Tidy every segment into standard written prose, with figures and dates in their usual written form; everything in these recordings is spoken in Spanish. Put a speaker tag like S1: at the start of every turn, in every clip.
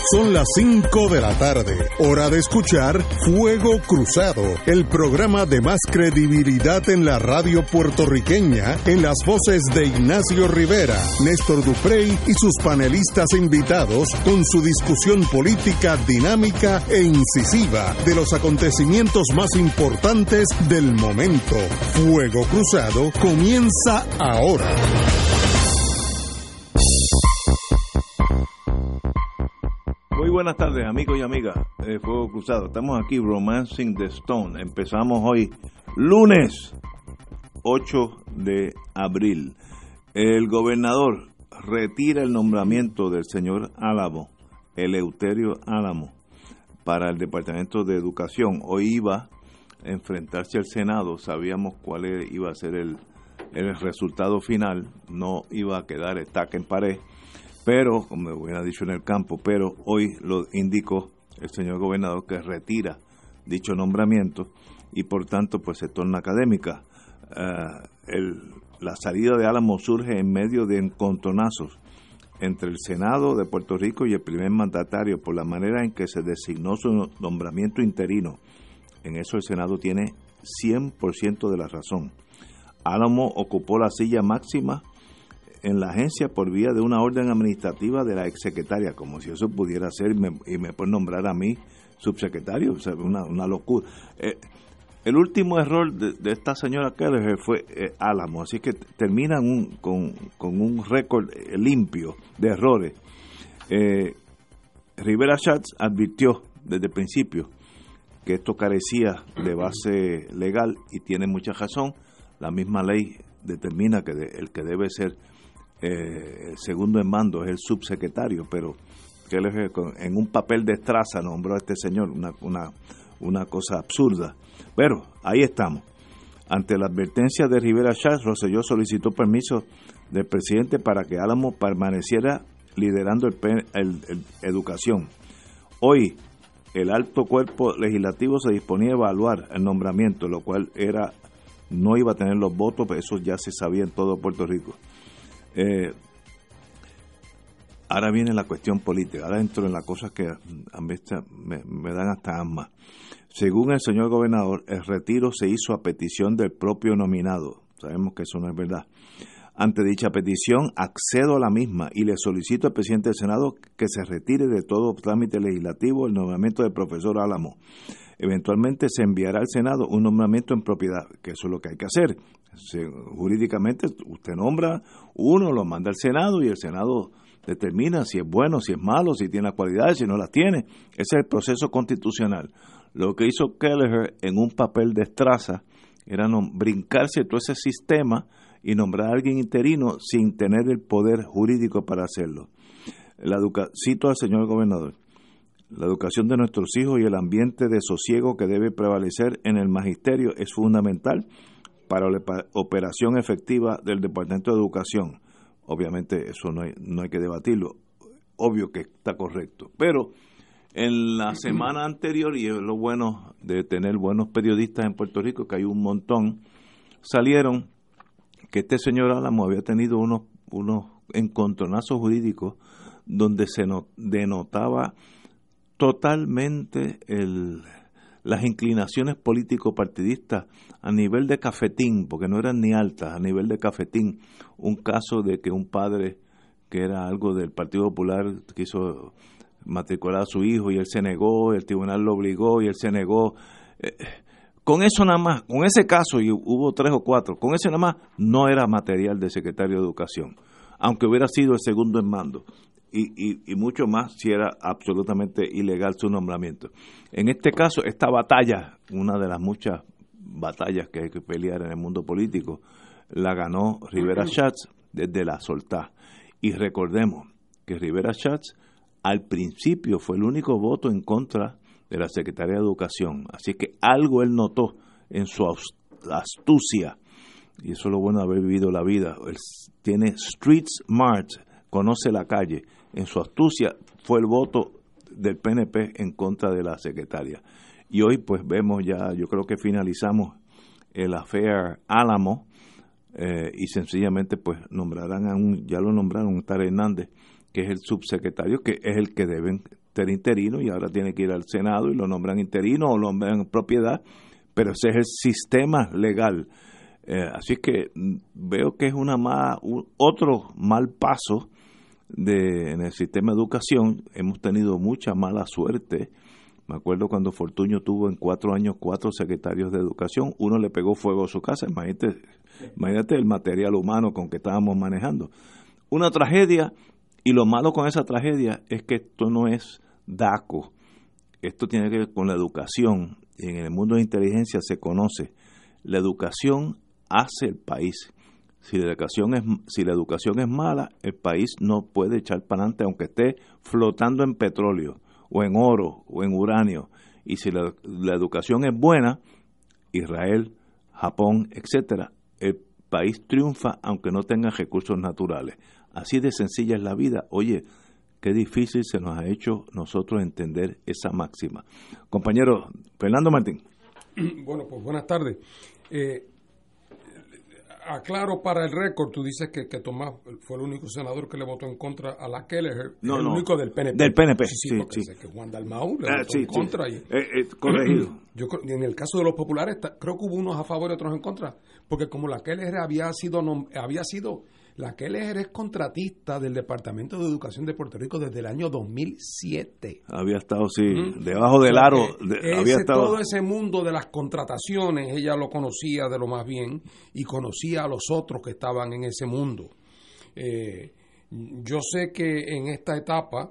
S1: Son las 5 de la tarde, hora de escuchar Fuego Cruzado, el programa de más credibilidad en la radio puertorriqueña, en las voces de Ignacio Rivera, Néstor Duprey y sus panelistas invitados, con su discusión política dinámica e incisiva de los acontecimientos más importantes del momento. Fuego Cruzado comienza ahora.
S2: Muy buenas tardes, amigos y amigas de Fuego Cruzado. Estamos aquí, Romancing the Stone. Empezamos hoy, lunes 8 de abril. El gobernador retira el nombramiento del señor Álamo, Eleuterio Álamo, para el Departamento de Educación. Hoy iba a enfrentarse al Senado, sabíamos cuál iba a ser el resultado final, no iba a quedar estaca en pared, pero, como me hubiera dicho en el campo, pero hoy lo indicó el señor gobernador que retira dicho nombramiento y por tanto pues se torna académica. La salida de Álamo surge en medio de encontronazos entre el Senado de Puerto Rico y el primer mandatario por la manera en que se designó su nombramiento interino. En eso el Senado tiene 100% de la razón. Álamo ocupó la silla máxima en la agencia por vía de una orden administrativa de la exsecretaria, como si eso pudiera ser y me pueden nombrar a mí subsecretario, o sea, una locura. El último error de esta señora Kelleher fue Álamo, así que terminan con un récord limpio de errores. Rivera Schatz advirtió desde el principio que esto carecía de base legal y tiene mucha razón. La misma ley determina que el que debe ser el segundo en mando es el subsecretario, pero Kelleher en un papel de traza nombró a este señor, una cosa absurda. Pero ahí estamos. Ante la advertencia de Rivera Schatz, Rosselló solicitó permiso del presidente para que Álamo permaneciera liderando el educación. Hoy, el alto cuerpo legislativo se disponía a evaluar el nombramiento, lo cual no iba a tener los votos, pero eso ya se sabía en todo Puerto Rico. Ahora viene la cuestión política, ahora entro en las cosas que a veces me dan hasta asma. Según el señor gobernador, el retiro se hizo a petición del propio nominado. Sabemos que eso no es verdad. Ante dicha petición, accedo a la misma y le solicito al presidente del Senado que se retire de todo trámite legislativo el nombramiento del profesor Álamo. Eventualmente se enviará al Senado un nombramiento en propiedad, que eso es lo que hay que hacer. Jurídicamente, usted nombra uno, lo manda al Senado y el Senado determina si es bueno, si es malo, si tiene las cualidades, si no las tiene. Ese es el proceso constitucional. Lo que hizo Kelleher en un papel de estraza era brincarse todo ese sistema y nombrar a alguien interino sin tener el poder jurídico para hacerlo. Cito al señor gobernador: la educación de nuestros hijos y el ambiente de sosiego que debe prevalecer en el magisterio es fundamental para la operación efectiva del Departamento de Educación. Obviamente eso no hay que debatirlo, obvio que está correcto, pero en la semana anterior, y es lo bueno de tener buenos periodistas en Puerto Rico, que hay un montón, salieron que este señor Álamo había tenido unos encontronazos jurídicos donde se denotaba totalmente las inclinaciones político-partidistas a nivel de cafetín, porque no eran ni altas, a nivel de cafetín. Un caso de que un padre que era algo del Partido Popular quiso matricular a su hijo y él se negó, el tribunal lo obligó y él se negó. Con eso nada más, con ese caso, y hubo 3 o 4, con ese nada más no era material de secretario de Educación, aunque hubiera sido el segundo en mando. Y mucho más si era absolutamente ilegal su nombramiento. En este caso, esta batalla, una de las muchas batallas que hay que pelear en el mundo político, la ganó Rivera Schatz desde la soltá. Y recordemos que Rivera Schatz al principio fue el único voto en contra de la Secretaría de Educación. Así que algo él notó en su astucia, y eso es lo bueno de haber vivido la vida. Él tiene street smart, conoce la calle. En su astucia fue el voto del PNP en contra de la secretaria. Y hoy pues vemos ya, yo creo que finalizamos el affair Álamo, y sencillamente pues nombrarán ya lo nombraron, Tal Hernández, que es el subsecretario, que es el que deben carácter interino y ahora tiene que ir al Senado y lo nombran interino o lo nombran en propiedad, pero ese es el sistema legal. Así que veo que es otro mal paso en el sistema de educación. Hemos tenido mucha mala suerte. Me acuerdo cuando Fortuño tuvo en 4 años 4 secretarios de educación, uno le pegó fuego a su casa. Imagínate el material humano con que estábamos manejando. Una tragedia, y lo malo con esa tragedia es que esto no es DACO, esto tiene que ver con la educación, y en el mundo de inteligencia se conoce, la educación hace el país. Si la educación es mala, el país no puede echar para adelante aunque esté flotando en petróleo, o en oro, o en uranio. Y si la educación es buena, Israel, Japón, etcétera, el país triunfa aunque no tenga recursos naturales. Así de sencilla es la vida. Oye, qué difícil se nos ha hecho nosotros entender esa máxima. Compañero Fernando Martín.
S3: Bueno, pues buenas tardes. Aclaro para el récord, tú dices que Tomás fue el único senador que le votó en contra a la Kelleher, el único del PNP.
S2: Del PNP,
S3: sí. Que Juan Dalmau le votó en contra.
S2: Corregido.
S3: Yo en el caso de los populares, creo que hubo unos a favor y otros en contra, porque como la Kelleher había sido la Kelleher es contratista del Departamento de Educación de Puerto Rico desde el año 2007.
S2: Había estado, debajo del aro.
S3: Todo ese mundo de las contrataciones, ella lo conocía de lo más bien y conocía a los otros que estaban en ese mundo. Yo sé que en esta etapa,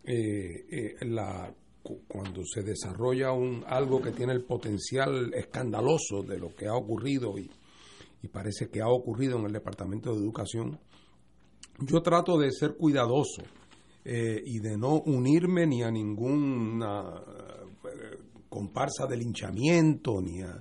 S3: cuando se desarrolla algo que tiene el potencial escandaloso de lo que ha ocurrido y parece que ha ocurrido en el Departamento de Educación, yo trato de ser cuidadoso y de no unirme ni a ninguna comparsa de linchamiento,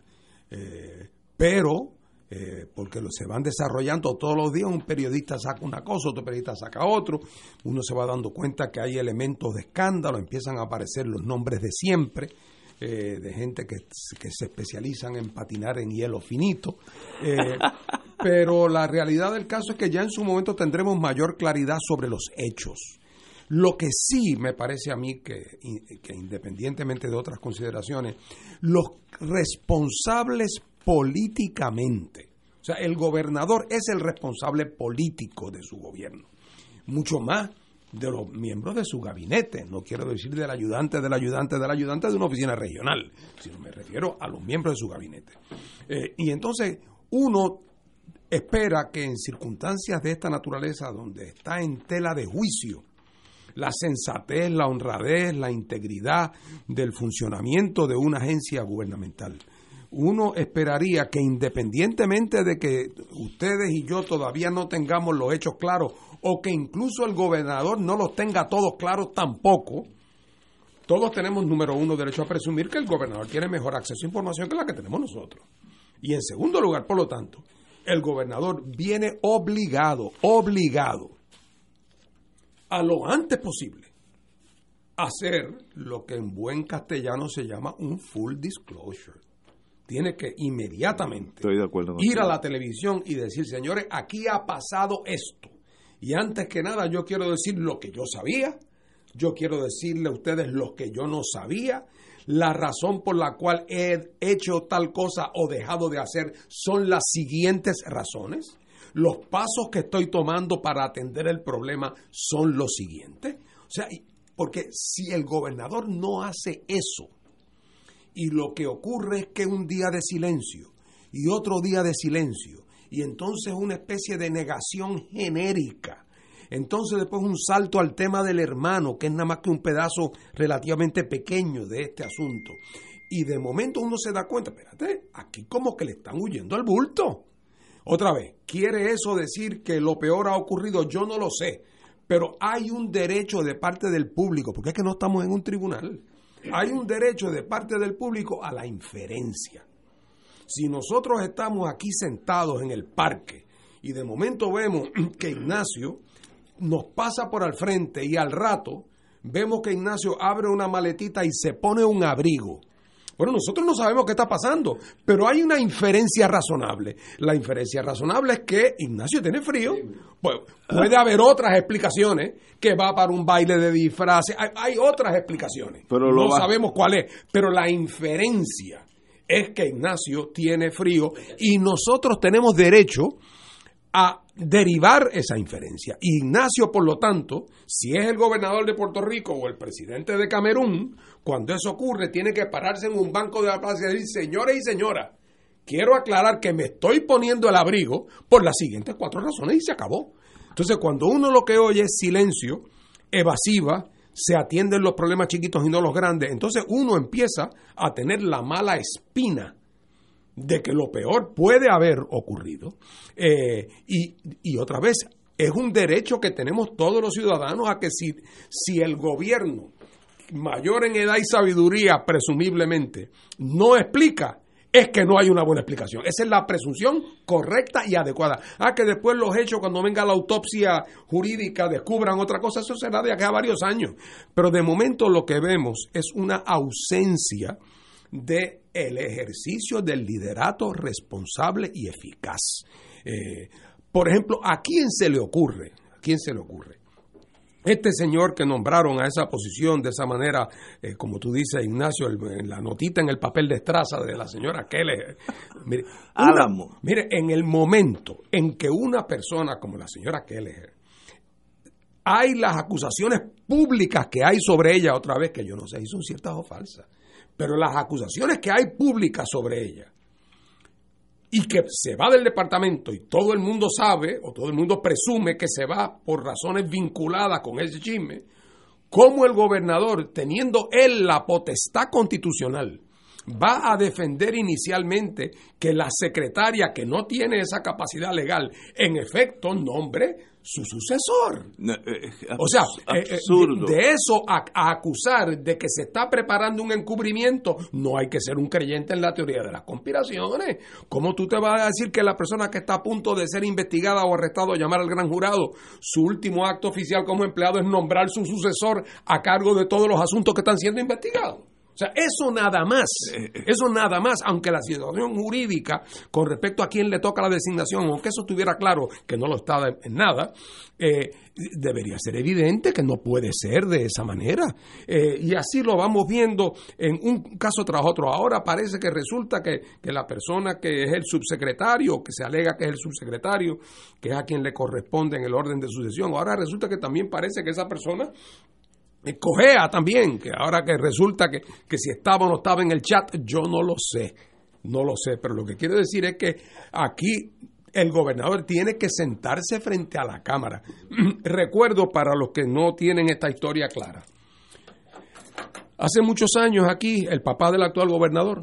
S3: pero porque se van desarrollando todos los días, un periodista saca una cosa, otro periodista saca otro, uno se va dando cuenta que hay elementos de escándalo, empiezan a aparecer los nombres de siempre, de gente que se especializan en patinar en hielo finito, pero la realidad del caso es que ya en su momento tendremos mayor claridad sobre los hechos. Lo que sí me parece a mí que independientemente de otras consideraciones, los responsables políticamente, o sea, el gobernador es el responsable político de su gobierno, mucho más de los miembros de su gabinete. No quiero decir del ayudante de una oficina regional, sino me refiero a los miembros de su gabinete. Y entonces uno espera que en circunstancias de esta naturaleza, donde está en tela de juicio la sensatez, la honradez, la integridad del funcionamiento de una agencia gubernamental, uno esperaría que independientemente de que ustedes y yo todavía no tengamos los hechos claros, o que incluso el gobernador no los tenga todos claros tampoco, todos tenemos, número uno, derecho a presumir que el gobernador tiene mejor acceso a información que la que tenemos nosotros. Y en segundo lugar, por lo tanto, el gobernador viene obligado a lo antes posible a hacer lo que en buen castellano se llama un full disclosure. Tiene que inmediatamente ir a la televisión y decir, señores, aquí ha pasado esto. Y antes que nada yo quiero decir lo que yo sabía, yo quiero decirle a ustedes lo que yo no sabía, la razón por la cual he hecho tal cosa o dejado de hacer son las siguientes razones, los pasos que estoy tomando para atender el problema son los siguientes. O sea, porque si el gobernador no hace eso, y lo que ocurre es que un día de silencio y otro día de silencio, y entonces una especie de negación genérica, entonces después un salto al tema del hermano, que es nada más que un pedazo relativamente pequeño de este asunto, y de momento uno se da cuenta, espérate, aquí como que le están huyendo al bulto. Otra vez, ¿quiere eso decir que lo peor ha ocurrido? Yo no lo sé, pero hay un derecho de parte del público, porque es que no estamos en un tribunal, hay un derecho de parte del público a la inferencia. Si nosotros estamos aquí sentados en el parque y de momento vemos que Ignacio nos pasa por al frente y al rato vemos que Ignacio abre una maletita y se pone un abrigo, Bueno, nosotros no sabemos qué está pasando, pero hay una inferencia razonable. La inferencia razonable es que Ignacio tiene frío. Pues, puede haber otras explicaciones, que va para un baile de disfraces. Hay otras explicaciones. Pero no sabemos cuál es. Pero la inferencia es que Ignacio tiene frío y nosotros tenemos derecho a derivar esa inferencia. Ignacio, por lo tanto, si es el gobernador de Puerto Rico o el presidente de Camerún, cuando eso ocurre, tiene que pararse en un banco de la plaza y decir: señores y señoras, quiero aclarar que me estoy poniendo el abrigo por las siguientes 4 razones, y se acabó. Entonces, cuando uno lo que oye es silencio, evasiva, se atienden los problemas chiquitos y no los grandes, entonces uno empieza a tener la mala espina de que lo peor puede haber ocurrido. Y otra vez, es un derecho que tenemos todos los ciudadanos a que si el gobierno mayor en edad y sabiduría, presumiblemente, no explica, es que no hay una buena explicación. Esa es la presunción correcta y adecuada. Que después los hechos, cuando venga la autopsia jurídica, descubran otra cosa, eso será de acá a varios años. Pero de momento lo que vemos es una ausencia de el ejercicio del liderato responsable y eficaz. Por ejemplo, ¿a quién se le ocurre? Este señor que nombraron a esa posición de esa manera, como tú dices, Ignacio, en la notita en el papel de estraza de la señora Keller. Mire, en el momento en que una persona como la señora Keller, hay las acusaciones públicas que hay sobre ella, otra vez, que yo no sé si son ciertas o falsas, pero las acusaciones que hay públicas sobre ella, y que se va del departamento y todo el mundo sabe o todo el mundo presume que se va por razones vinculadas con ese chisme, ¿cómo el gobernador, teniendo él la potestad constitucional, va a defender inicialmente que la secretaria, que no tiene esa capacidad legal, en efecto nombre su sucesor? O sea, de eso a acusar de que se está preparando un encubrimiento, no hay que ser un creyente en la teoría de las conspiraciones. ¿Cómo tú te vas a decir que la persona que está a punto de ser investigada o arrestada o llamar al gran jurado, su último acto oficial como empleado es nombrar su sucesor a cargo de todos los asuntos que están siendo investigados? O sea, eso nada más, aunque la situación jurídica con respecto a quién le toca la designación, aunque eso estuviera claro que no lo está en nada, debería ser evidente que no puede ser de esa manera. Y así lo vamos viendo en un caso tras otro. Ahora parece que resulta que la persona que es el subsecretario, que se alega que es el subsecretario, que es a quien le corresponde en el orden de sucesión, ahora resulta que también parece que esa persona cojea también, que ahora que resulta que si estaba o no estaba en el chat, yo no lo sé, pero lo que quiero decir es que aquí el gobernador tiene que sentarse frente a la Cámara. Recuerdo, para los que no tienen esta historia clara, hace muchos años aquí el papá del actual gobernador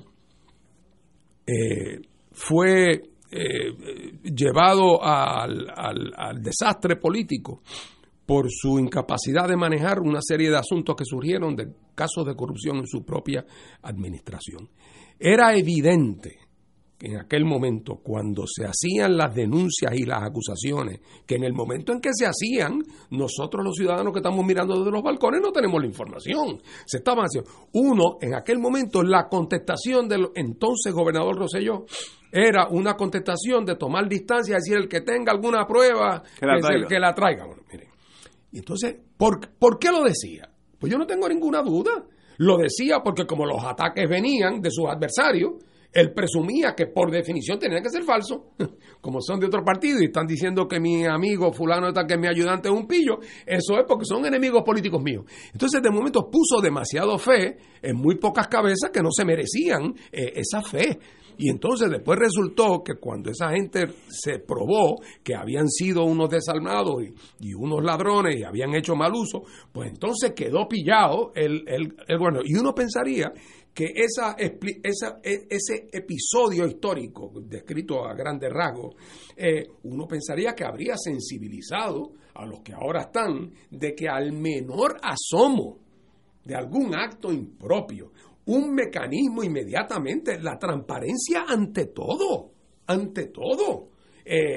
S3: fue llevado al desastre político por su incapacidad de manejar una serie de asuntos que surgieron de casos de corrupción en su propia administración. Era evidente que en aquel momento, cuando se hacían las denuncias y las acusaciones, que en el momento en que se hacían, nosotros los ciudadanos que estamos mirando desde los balcones no tenemos la información. Se estaban haciendo. En aquel momento, la contestación del entonces gobernador Rosselló era una contestación de tomar distancia, decir, el que tenga alguna prueba, que la traiga. Bueno, miren. Y entonces, ¿por qué lo decía? Pues yo no tengo ninguna duda. Lo decía porque como los ataques venían de sus adversarios, él presumía que por definición tenían que ser falsos, como son de otro partido y están diciendo que mi amigo fulano que es mi ayudante es un pillo. Eso es porque son enemigos políticos míos. Entonces, de momento puso demasiado fe en muy pocas cabezas que no se merecían esa fe. Y entonces después resultó que cuando esa gente se probó que habían sido unos desalmados y unos ladrones y habían hecho mal uso, pues entonces quedó pillado bueno, y uno pensaría que ese episodio histórico descrito a grandes rasgos, uno pensaría que habría sensibilizado a los que ahora están de que al menor asomo de algún acto impropio, un mecanismo inmediatamente, la transparencia ante todo,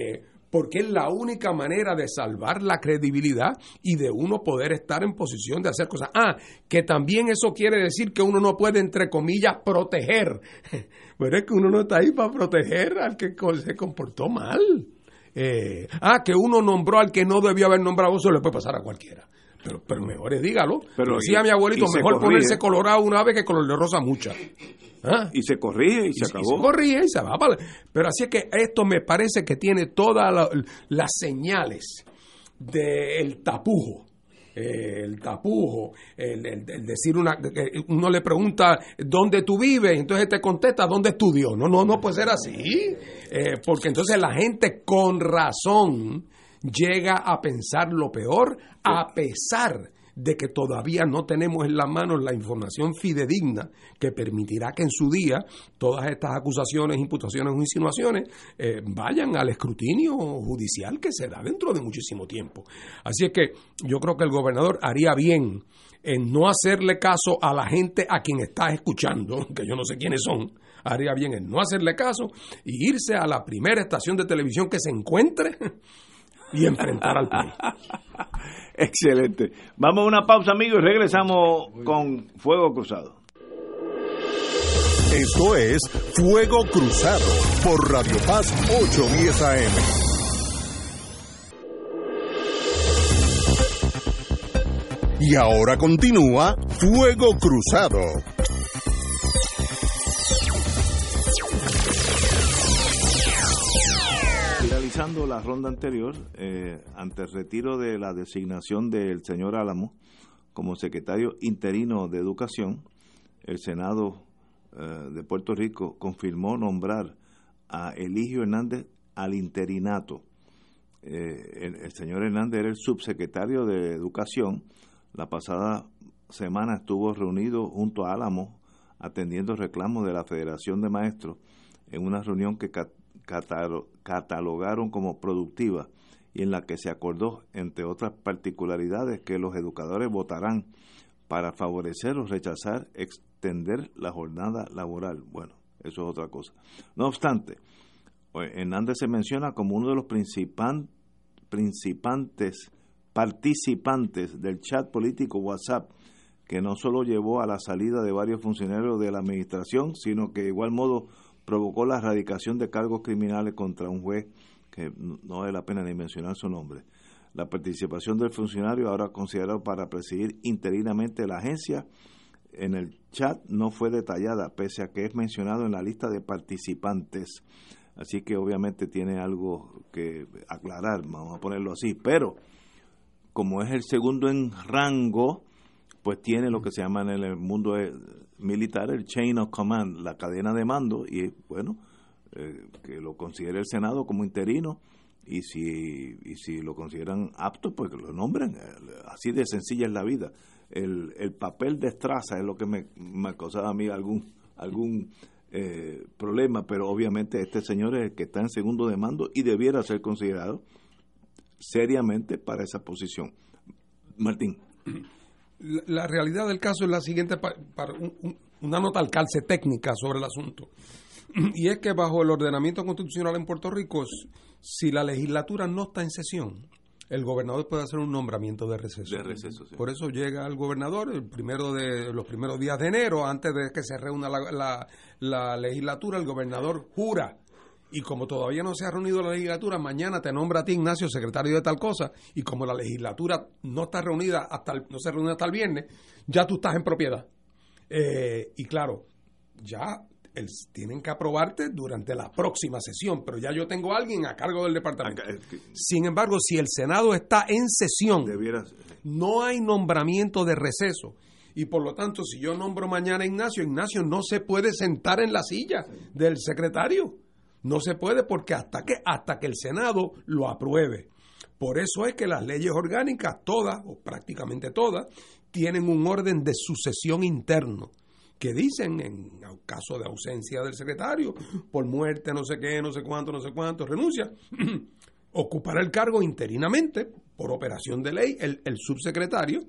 S3: porque es la única manera de salvar la credibilidad y de uno poder estar en posición de hacer cosas. Que también eso quiere decir que uno no puede, entre comillas, proteger. Pero es que uno no está ahí para proteger al que se comportó mal. Que uno nombró al que no debió haber nombrado, eso le puede pasar a cualquiera. Pero mejor es dígalo. Pero decía mi abuelito, mejor ponerse colorado una vez que color de rosa muchas.
S2: Y se corrige y se acabó.
S3: Y se corrige y se va. Pero así es que esto me parece que tiene todas las señales del tapujo. El tapujo, el decir uno le pregunta ¿dónde tú vives? Entonces te contesta ¿dónde estudió? No puede ser así. Porque entonces la gente con razón llega a pensar lo peor, a pesar de que todavía no tenemos en las manos la información fidedigna que permitirá que en su día todas estas acusaciones, imputaciones o insinuaciones vayan al escrutinio judicial que será dentro de muchísimo tiempo. Así es que yo creo que el gobernador haría bien en no hacerle caso a la gente a quien está escuchando, que yo no sé quiénes son, haría bien en no hacerle caso y irse a la primera estación de televisión que se encuentre y enfrentar al país.
S2: Excelente. Vamos a una pausa, amigos, y regresamos con Fuego Cruzado.
S1: Esto es Fuego Cruzado por Radio Paz 810 AM. Y ahora continúa Fuego Cruzado.
S2: Finalizando la ronda anterior, ante el retiro de la designación del señor Álamo como secretario interino de Educación, el Senado de Puerto Rico confirmó nombrar a Eligio Hernández al interinato. El señor Hernández era el subsecretario de Educación. La pasada semana estuvo reunido junto a Álamo atendiendo reclamos de la Federación de Maestros en una reunión que catalogaron como productiva y en la que se acordó, entre otras particularidades, que los educadores votarán para favorecer o rechazar extender la jornada laboral. Bueno, eso es otra cosa. No obstante, Hernández se menciona como uno de los participantes del chat político WhatsApp, que no solo llevó a la salida de varios funcionarios de la administración, sino que de igual modo provocó la erradicación de cargos criminales contra un juez que no vale la pena ni mencionar su nombre. La participación del funcionario, ahora considerado para presidir interinamente la agencia, en el chat no fue detallada, pese a que es mencionado en la lista de participantes. Así que obviamente tiene algo que aclarar, vamos a ponerlo así. Pero, como es el segundo en rango, pues tiene lo que se llama en el mundo militar el chain of command, la cadena de mando, y bueno, que lo considere el Senado como interino, y si lo consideran apto, pues que lo nombren. Así de sencilla es la vida. El papel de estraza es lo que me causaba a mí algún problema, pero obviamente este señor es el que está en segundo de mando y debiera ser considerado seriamente para esa posición. Martín.
S3: La realidad del caso es la siguiente, para una nota al calce técnica sobre el asunto, y es que bajo el ordenamiento constitucional en Puerto Rico, si la legislatura no está en sesión, el gobernador puede hacer un nombramiento de receso.
S2: Sí.
S3: Por eso llega el gobernador los primeros días de enero, antes de que se reúna la legislatura, el gobernador jura. Y como todavía no se ha reunido la legislatura, mañana te nombra a ti, Ignacio, secretario de tal cosa, y como la legislatura no está reunida no se reúne hasta el viernes, ya tú estás en propiedad. Y claro, ya tienen que aprobarte durante la próxima sesión, pero ya yo tengo a alguien a cargo del departamento. Sin embargo, si el Senado está en sesión, no hay nombramiento de receso. Y por lo tanto, si yo nombro mañana a Ignacio no se puede sentar en la silla del secretario. No se puede, porque hasta que el Senado lo apruebe. Por eso es que las leyes orgánicas, todas o prácticamente todas, tienen un orden de sucesión interno que dicen, en caso de ausencia del secretario, por muerte, no sé qué, no sé cuánto, renuncia, ocupará el cargo interinamente, por operación de ley, el subsecretario,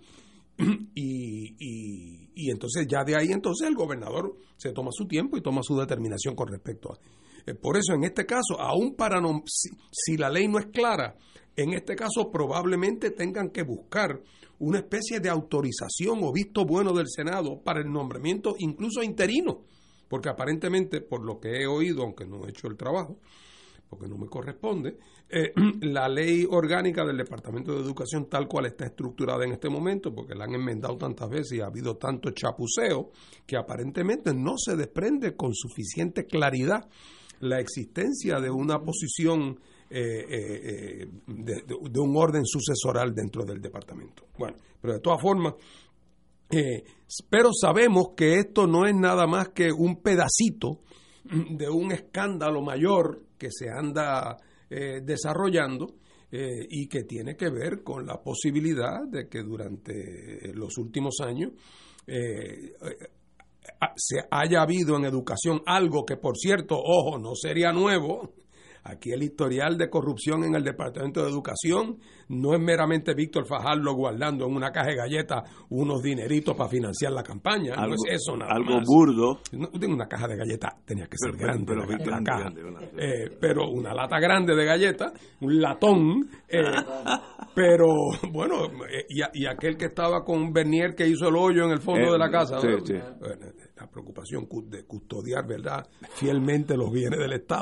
S3: y entonces ya de ahí entonces el gobernador se toma su tiempo y toma su determinación con respecto a... Por eso, en este caso, aún si la ley no es clara, en este caso probablemente tengan que buscar una especie de autorización o visto bueno del Senado para el nombramiento incluso interino, porque aparentemente, por lo que he oído, aunque no he hecho el trabajo, porque no me corresponde, la ley orgánica del Departamento de Educación tal cual está estructurada en este momento, porque la han enmendado tantas veces y ha habido tanto chapuceo, que aparentemente no se desprende con suficiente claridad la existencia de una posición de un orden sucesoral dentro del departamento. Bueno, pero de todas formas, pero sabemos que esto no es nada más que un pedacito de un escándalo mayor que se anda desarrollando y que tiene que ver con la posibilidad de que durante los últimos años se haya habido en educación algo que, por cierto, ojo, no sería nuevo. Aquí el historial de corrupción en el Departamento de Educación no es meramente Víctor Fajardo guardando en una caja de galletas unos dineritos para financiar la campaña.
S2: Algo,
S3: no es eso nada
S2: algo
S3: más.
S2: burdo.
S3: No, una caja de galletas tenía que ser grande,
S2: pero
S3: la caja.
S2: grande,
S3: pero una lata grande de galletas, un latón, pero bueno, y aquel que estaba con Bernier que hizo el hoyo en el fondo de la casa.
S2: Sí.
S3: Bueno, la preocupación de custodiar, ¿verdad?, fielmente los bienes del Estado.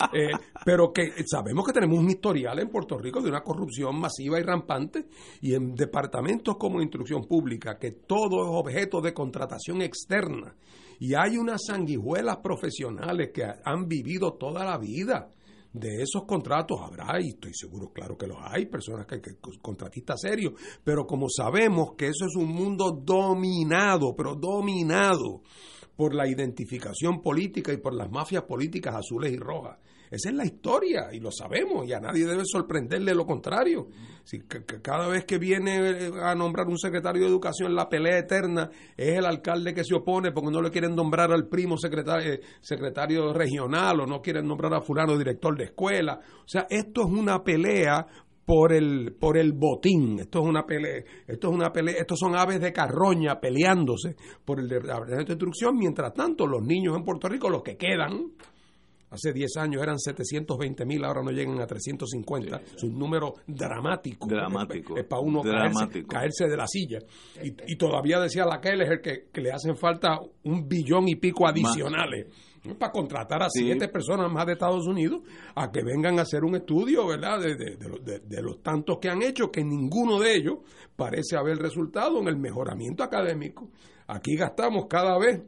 S3: Pero que sabemos que tenemos un historial en Puerto Rico de una corrupción masiva y rampante, y en departamentos como Instrucción Pública, que todo es objeto de contratación externa, y hay unas sanguijuelas profesionales que han vivido toda la vida de esos contratos. Habrá, y estoy seguro, claro que los hay, personas que contratistas serios, pero como sabemos que eso es un mundo dominado, pero dominado por la identificación política y por las mafias políticas azules y rojas. Esa es la historia y lo sabemos, y a nadie debe sorprenderle lo contrario. Si cada vez que viene a nombrar un secretario de Educación, la pelea eterna es el alcalde que se opone porque no le quieren nombrar al primo secretario regional, o no quieren nombrar a fulano director de escuela. O sea, esto es una pelea por el botín. Esto es una pelea, estos son aves de carroña peleándose por el Departamento de Instrucción. Mientras tanto, los niños en Puerto Rico, los que quedan, hace 10 años eran 720,000, ahora no llegan a 350. Es un número dramático. Es para uno caerse de la silla. Y todavía decía la Keller que le hacen falta 1 billón y pico adicionales para contratar a 7 personas más de Estados Unidos a que vengan a hacer un estudio, ¿verdad?, de los tantos que han hecho, que ninguno de ellos parece haber resultado en el mejoramiento académico. Aquí gastamos cada vez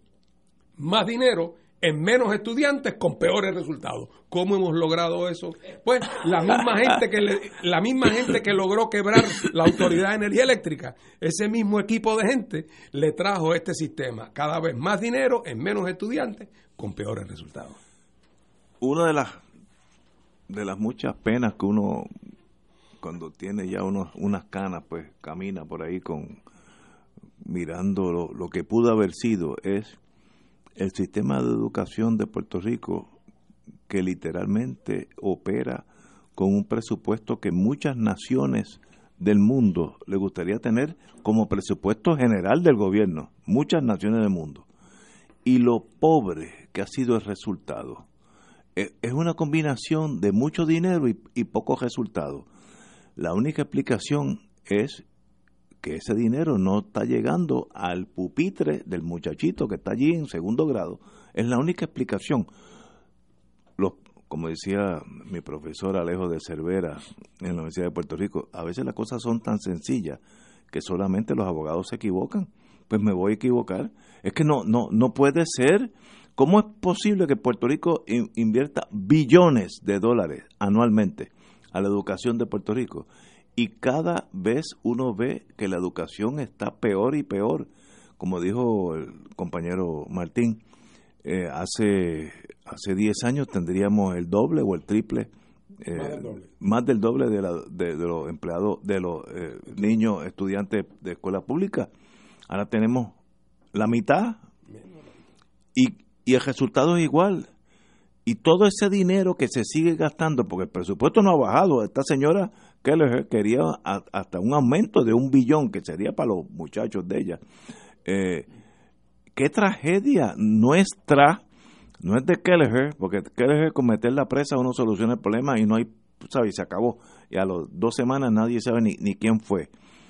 S3: más dinero en menos estudiantes con peores resultados. ¿Cómo hemos logrado eso? Pues la misma gente que logró quebrar la Autoridad de Energía Eléctrica, ese mismo equipo de gente le trajo este sistema. Cada vez más dinero en menos estudiantes con peores resultados.
S2: Una de las muchas penas que uno, cuando tiene ya unas canas, pues camina por ahí mirando lo que pudo haber sido, es el sistema de educación de Puerto Rico, que literalmente opera con un presupuesto que muchas naciones del mundo le gustaría tener como presupuesto general del gobierno, muchas naciones del mundo. Y lo pobre que ha sido el resultado. Es una combinación de mucho dinero y pocos resultados. La única explicación es que ese dinero no está llegando al pupitre del muchachito que está allí en segundo grado. Es la única explicación. Como decía mi profesor Alejo de Cervera en la Universidad de Puerto Rico, a veces las cosas son tan sencillas que solamente los abogados se equivocan. Pues me voy a equivocar. Es que no puede ser. ¿Cómo es posible que Puerto Rico invierta billones de dólares anualmente a la educación de Puerto Rico? Y cada vez uno ve que la educación está peor y peor. Como dijo el compañero Martín, hace 10 años tendríamos el doble o el triple, más del doble de los empleados, de los niños estudiantes de escuela pública. Ahora tenemos la mitad y el resultado es igual. Y todo ese dinero que se sigue gastando, porque el presupuesto no ha bajado, esta señora Keller quería hasta un aumento de 1 billón, que sería para los muchachos de ella. Qué tragedia nuestra No es de Kelleher, porque Kelleher con meter la presa uno soluciona el problema y no hay, ¿sabes? Se acabó. Y a las 2 semanas nadie sabe ni quién fue.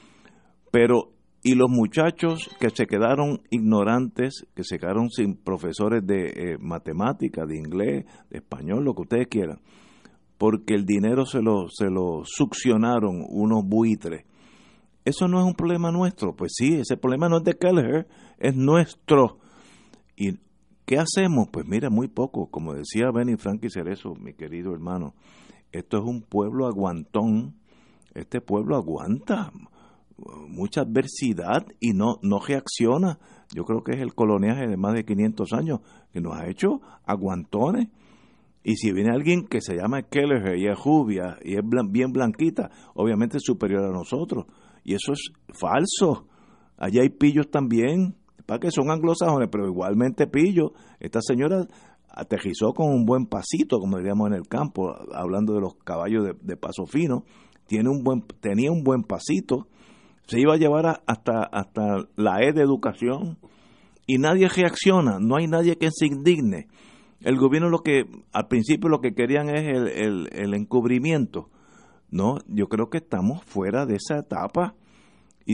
S2: Pero, y los muchachos que se quedaron ignorantes, que se quedaron sin profesores de matemática, de inglés, de español, lo que ustedes quieran, porque el dinero se lo succionaron unos buitres. Eso no es un problema nuestro. Pues sí, ese problema no es de Kelleher, es nuestro. ¿Y qué hacemos? Pues mira, muy poco. Como decía Benny Frankie Cerezo, mi querido hermano, esto es un pueblo aguantón. Este pueblo aguanta mucha adversidad y no reacciona. Yo creo que es el coloniaje de más de 500 años que nos ha hecho aguantones. Y si viene alguien que se llama Kelleher y es rubia y es bien blanquita, obviamente es superior a nosotros. Y eso es falso. Allá hay pillos también, para que son anglosajones, pero igualmente pillos. Esta señora aterrizó con un buen pasito, como diríamos en el campo, hablando de los caballos de paso fino. Tenía un buen pasito. Se iba a llevar hasta la E de educación y nadie reacciona, no hay nadie que se indigne. El gobierno al principio lo que querían es el encubrimiento. No, yo creo que estamos fuera de esa etapa y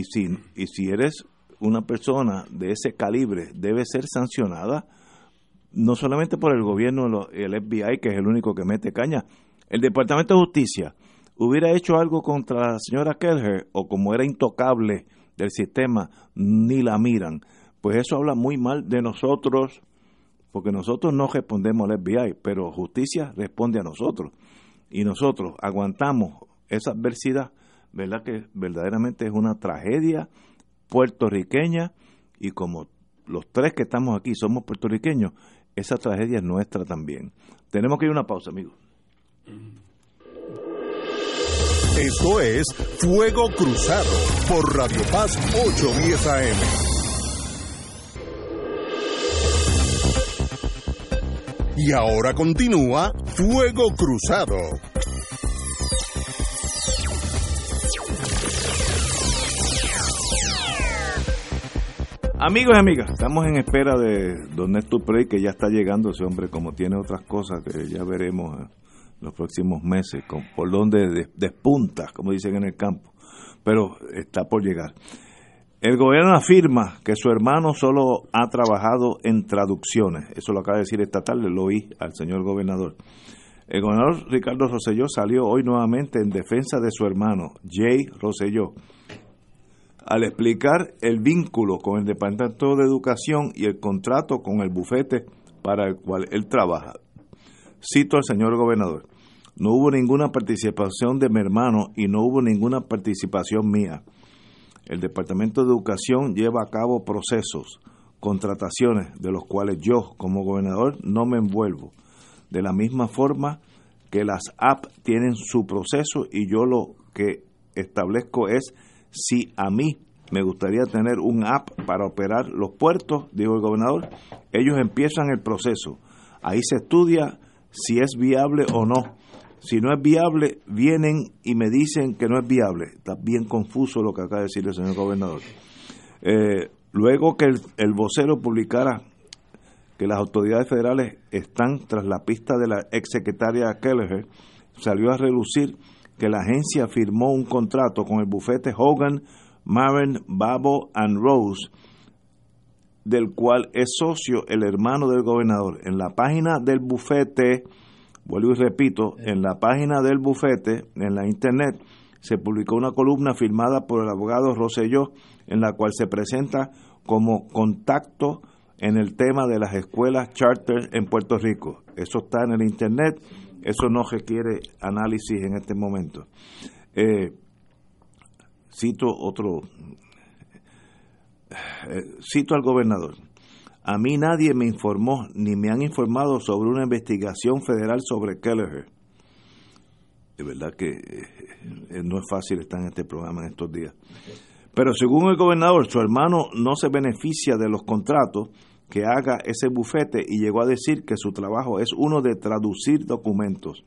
S2: si eres una persona de ese calibre debe ser sancionada no solamente por el gobierno, el FBI, que es el único que mete caña. El Departamento de Justicia hubiera hecho algo contra la señora Kelleher, o como era intocable del sistema, ni la miran. Pues eso habla muy mal de nosotros, porque nosotros no respondemos al FBI, pero justicia responde a nosotros. Y nosotros aguantamos esa adversidad, ¿verdad? Que verdaderamente es una tragedia puertorriqueña, y como los tres que estamos aquí somos puertorriqueños, esa tragedia es nuestra también. Tenemos que ir a una pausa, amigos.
S1: Esto es Fuego Cruzado por Radio Paz 810 AM. Y ahora continúa Fuego Cruzado.
S2: Amigos y amigas, estamos en espera de don Néstor Prey, que ya está llegando ese hombre, como tiene otras cosas que ya veremos los próximos meses, por donde despunta, como dicen en el campo, pero está por llegar. El gobierno afirma que su hermano solo ha trabajado en traducciones. Eso lo acaba de decir esta tarde, lo oí al señor gobernador. El gobernador Ricardo Rosselló salió hoy nuevamente en defensa de su hermano, Jay Rosselló, al explicar el vínculo con el Departamento de Educación y el contrato con el bufete para el cual él trabaja. Cito al señor gobernador: no hubo ninguna participación de mi hermano y no hubo ninguna participación mía. El Departamento de Educación lleva a cabo procesos, contrataciones, de los cuales yo, como gobernador, no me envuelvo. De la misma forma que las apps tienen su proceso, y yo lo que establezco es si a mí me gustaría tener un app para operar los puertos, dijo el gobernador, ellos empiezan el proceso. Ahí se estudia si es viable o no. Si no es viable, vienen y me dicen que no es viable. Está bien confuso lo que acaba de decir el señor gobernador. Luego que el vocero publicara que las autoridades federales están tras la pista de la exsecretaria Kelleher, salió a relucir que la agencia firmó un contrato con el bufete Hogan, Marin, Babo and Rose, del cual es socio el hermano del gobernador. En la página del bufete, vuelvo y repito, en la página del bufete, en la internet, se publicó una columna firmada por el abogado Rosselló, en la cual se presenta como contacto en el tema de las escuelas charter en Puerto Rico. Eso está en el internet, eso no requiere análisis en este momento. Cito al gobernador: a mí nadie me informó ni me han informado sobre una investigación federal sobre Kelleher. De verdad que no es fácil estar en este programa en estos días. Pero según el gobernador, su hermano no se beneficia de los contratos que haga ese bufete, y llegó a decir que su trabajo es uno de traducir documentos.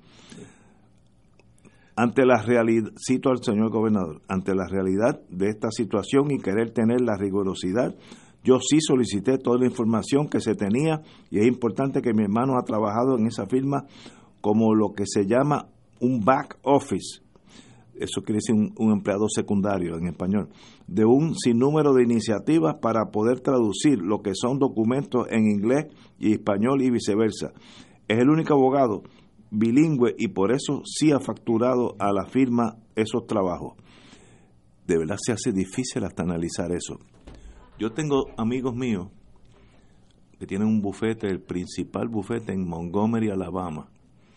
S2: Ante la realidad, cito al señor gobernador, ante la realidad de esta situación y querer tener la rigurosidad, Yo sí solicité toda la información que se tenía y es importante que mi hermano ha trabajado en esa firma como lo que se llama un back office. Eso quiere decir un empleado secundario en español, de un sinnúmero de iniciativas para poder traducir lo que son documentos en inglés y español y viceversa. Es el único abogado bilingüe y por eso sí ha facturado a la firma esos trabajos. De verdad se hace difícil hasta analizar eso. Yo tengo amigos míos que tienen un bufete, el principal bufete en Montgomery, Alabama,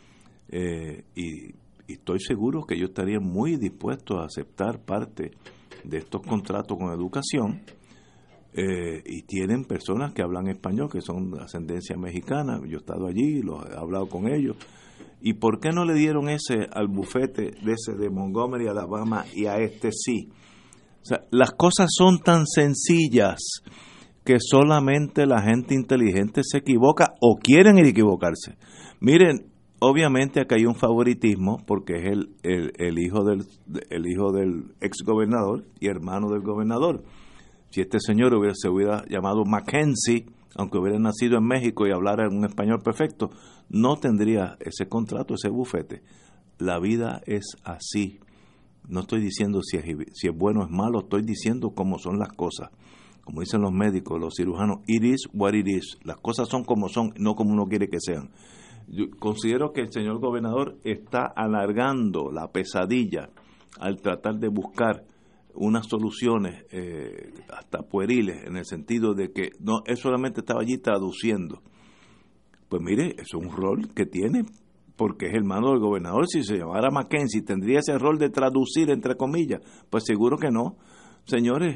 S2: y estoy seguro que ellos estarían muy dispuestos a aceptar parte de estos contratos con educación, y tienen personas que hablan español, que son de ascendencia mexicana. Yo he estado allí, he hablado con ellos. ¿Y por qué no le dieron ese al bufete de Montgomery, Alabama, y a este sí? O sea, las cosas son tan sencillas que solamente la gente inteligente se equivoca o quieren equivocarse. Miren, obviamente acá hay un favoritismo porque es el hijo del exgobernador y hermano del gobernador. Si este señor se hubiera llamado Mackenzie, aunque hubiera nacido en México y hablara un español perfecto, no tendría ese contrato, ese bufete. La vida es así. No estoy diciendo si es bueno o es malo, estoy diciendo cómo son las cosas. Como dicen los médicos, los cirujanos, it is what it is. Las cosas son como son, no como uno quiere que sean. Yo considero que el señor gobernador está alargando la pesadilla al tratar de buscar unas soluciones hasta pueriles, en el sentido de que no, él solamente estaba allí traduciendo. Pues mire, eso es un rol que tiene, porque es hermano del gobernador. Si se llamara Mackenzie, ¿tendría ese rol de traducir, entre comillas? Pues seguro que no. Señores,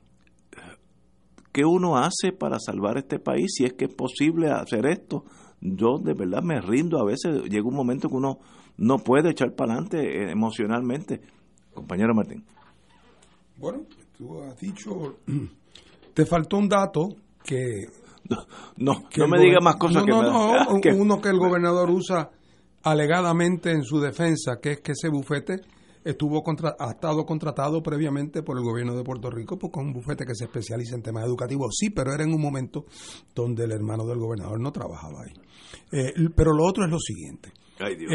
S2: ¿qué uno hace para salvar este país si es que es posible hacer esto? Yo de verdad me rindo. A veces llega un momento que uno no puede echar para adelante emocionalmente. Compañero Martín.
S3: Bueno, tú has dicho, te faltó un dato que...
S2: No me diga más cosas
S3: uno que el gobernador usa alegadamente en su defensa, que es que ese bufete ha estado contratado previamente por el gobierno de Puerto Rico, porque es un bufete que se especializa en temas educativos. Sí, pero era en un momento donde el hermano del gobernador no trabajaba ahí. Pero lo otro es lo siguiente.
S2: Ay, Dios.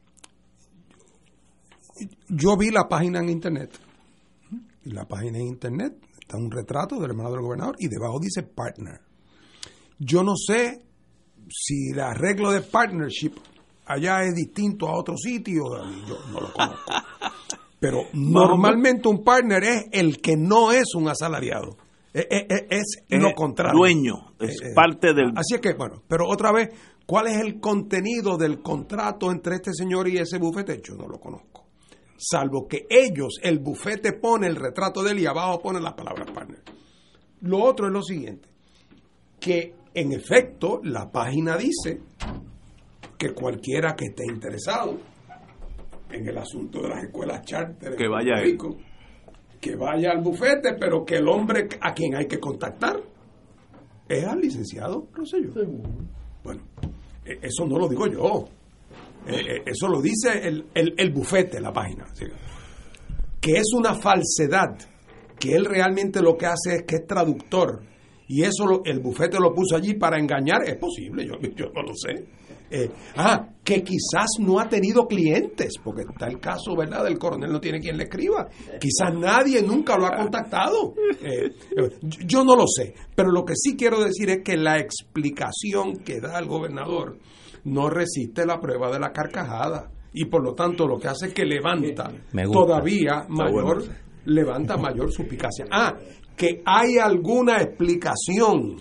S3: Yo vi la página en internet. Y la página en internet está un retrato del hermano del gobernador y debajo dice partner. Yo no sé si el arreglo de partnership allá es distinto a otro sitio, yo no lo conozco. Pero normalmente un partner es el que no es un asalariado. Es lo contrario.
S2: Dueño, es parte del...
S3: Así es que, bueno, pero otra vez, ¿cuál es el contenido del contrato entre este señor y ese bufete? Yo no lo conozco. Salvo que ellos, el bufete pone el retrato de él y abajo pone las palabras partner. Lo otro es lo siguiente, que en efecto la página dice que cualquiera que esté interesado en el asunto de las escuelas charter
S2: que vaya
S3: en Puerto Rico, que vaya al bufete, pero que el hombre a quien hay que contactar es al licenciado Rosselló. Bueno, eso no lo digo yo. Eso lo dice el bufete, la página. ¿Sí? Que es una falsedad, que él realmente lo que hace es que es traductor, y eso el bufete lo puso allí para engañar. Es posible, yo no lo sé. Que quizás no ha tenido clientes, porque está el caso, ¿verdad?, del coronel no tiene quien le escriba. Quizás nadie nunca lo ha contactado. Yo no lo sé, pero lo que sí quiero decir es que la explicación que da el gobernador no resiste la prueba de la carcajada, y por lo tanto lo que hace es que levanta todavía mayor, levanta mayor suspicacia. Que hay alguna explicación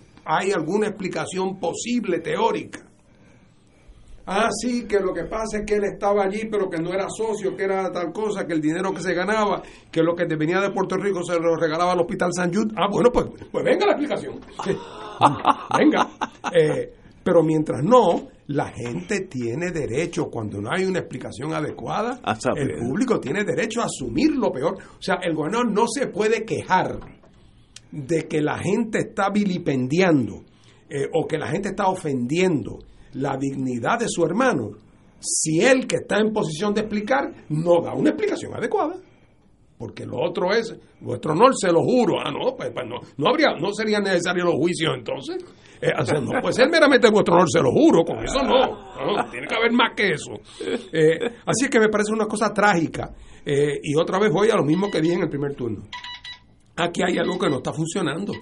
S3: posible, teórica. Sí, que lo que pasa es que él estaba allí, pero que no era socio, que era tal cosa, que el dinero que se ganaba, que lo que venía de Puerto Rico se lo regalaba al Hospital San Jude. Bueno, pues venga la explicación. Venga. Pero mientras no, la gente tiene derecho, cuando no hay una explicación adecuada, el público tiene derecho a asumir lo peor. O sea, el gobernador no se puede quejar de que la gente está vilipendiando o que la gente está ofendiendo la dignidad de su hermano, si él, que está en posición de explicar, no da una explicación adecuada. porque lo otro es vuestro honor, se lo juro. Pues no sería necesario los juicios entonces. No puede ser meramente vuestro honor, se lo juro, con eso no, tiene que haber más que eso. Así es que me parece una cosa trágica, y otra vez voy a lo mismo que dije en el primer turno. Aquí hay algo que no está funcionando.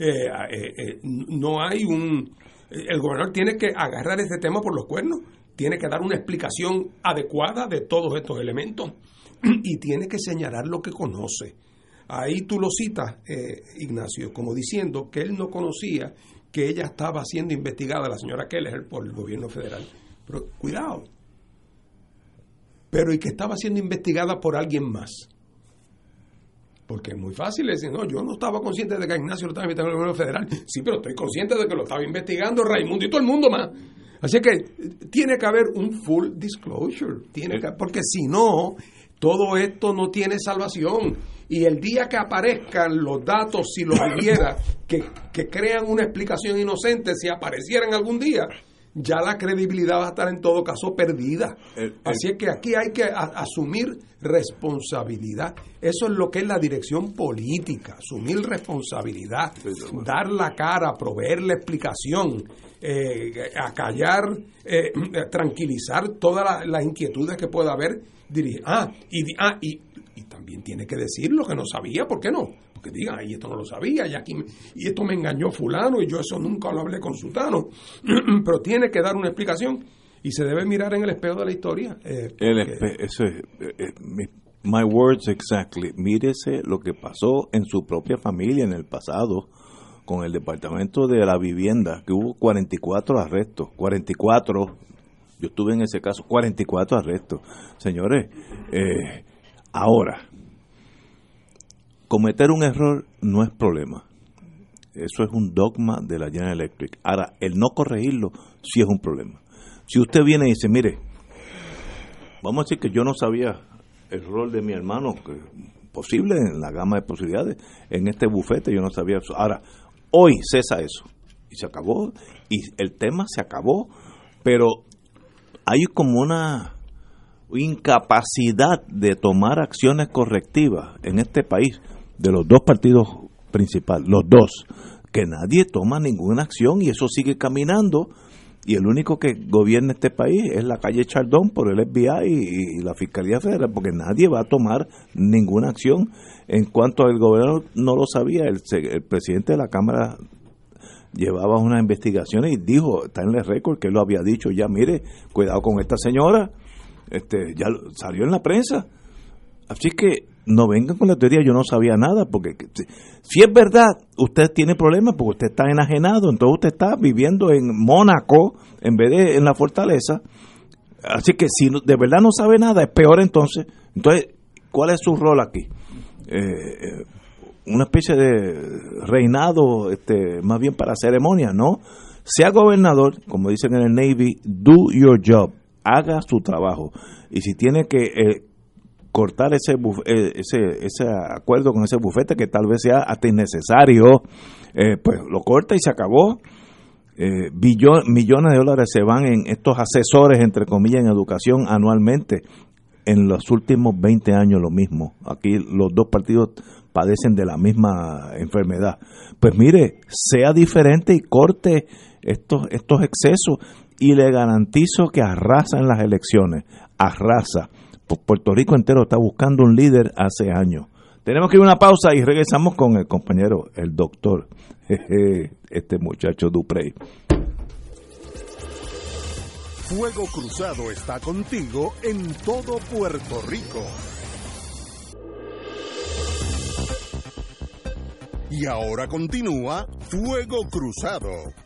S3: No hay el gobernador tiene que agarrar este tema por los cuernos, tiene que dar una explicación adecuada de todos estos elementos y tiene que señalar lo que conoce. Ahí tú lo citas, Ignacio, como diciendo que él no conocía que ella estaba siendo investigada, la señora Keller, por el gobierno federal. Pero cuidado. Pero y que estaba siendo investigada por alguien más. Porque es muy fácil decir, no, yo no estaba consciente de que Ignacio lo estaba investigando el gobierno federal. Sí, pero estoy consciente de que lo estaba investigando Raimundo y todo el mundo más. Así que tiene que haber un full disclosure. Porque si no, todo esto no tiene salvación. Y el día que aparezcan los datos, si los hubiera, que crean una explicación inocente, si aparecieran algún día, ya la credibilidad va a estar en todo caso perdida. Así es que aquí hay que asumir responsabilidad. Eso es lo que es la dirección política, asumir responsabilidad, dar la cara, proveer la explicación, acallar, tranquilizar todas las inquietudes que pueda haber. Y también tiene que decir lo que no sabía, ¿por qué no? Porque diga, ay, esto no lo sabía, y esto me engañó fulano, y yo eso nunca lo hablé con sutano. Pero tiene que dar una explicación, y se debe mirar en el espejo de la historia.
S2: My words exactly. Mírese lo que pasó en su propia familia en el pasado, con el Departamento de la Vivienda, que hubo 44 arrestos, 44. Yo estuve en ese caso, 44 arrestos. Señores, ahora, cometer un error no es problema. Eso es un dogma de la General Electric. Ahora, el no corregirlo sí es un problema. Si usted viene y dice, mire, vamos a decir que yo no sabía el rol de mi hermano, que posible en la gama de posibilidades, en este bufete yo no sabía eso. Ahora, hoy cesa eso. Y se acabó, y el tema se acabó, pero hay como una incapacidad de tomar acciones correctivas en este país de los dos partidos principales, los dos, que nadie toma ninguna acción y eso sigue caminando, y el único que gobierna este país es la calle Chardón por el FBI y la Fiscalía Federal, porque nadie va a tomar ninguna acción. En cuanto al gobernador, no lo sabía, el presidente de la Cámara llevaba unas investigaciones y dijo, está en el récord que él lo había dicho ya, mire, cuidado con esta señora, ya salió en la prensa. Así que no vengan con la teoría, yo no sabía nada, porque si es verdad, usted tiene problemas porque usted está enajenado, entonces usted está viviendo en Mónaco en vez de en la fortaleza. Así que si de verdad no sabe nada, es peor entonces. Entonces, ¿cuál es su rol aquí? Una especie de reinado, más bien para ceremonia, ¿no? Sea gobernador, como dicen en el Navy, do your job, haga su trabajo. Y si tiene que cortar ese acuerdo con ese bufete, que tal vez sea hasta innecesario, pues lo corta y se acabó. Millones de dólares se van en estos asesores, entre comillas, en educación anualmente. En los últimos 20 años lo mismo. Aquí los dos partidos padecen de la misma enfermedad. Pues mire, sea diferente y corte estos excesos, y le garantizo que arrasa en las elecciones, arrasa. Puerto Rico entero está buscando un líder hace años. Tenemos que ir a una pausa y regresamos con el compañero, el doctor, este muchacho Duprey.
S1: Fuego Cruzado está contigo en todo Puerto Rico. Y ahora continúa Fuego Cruzado.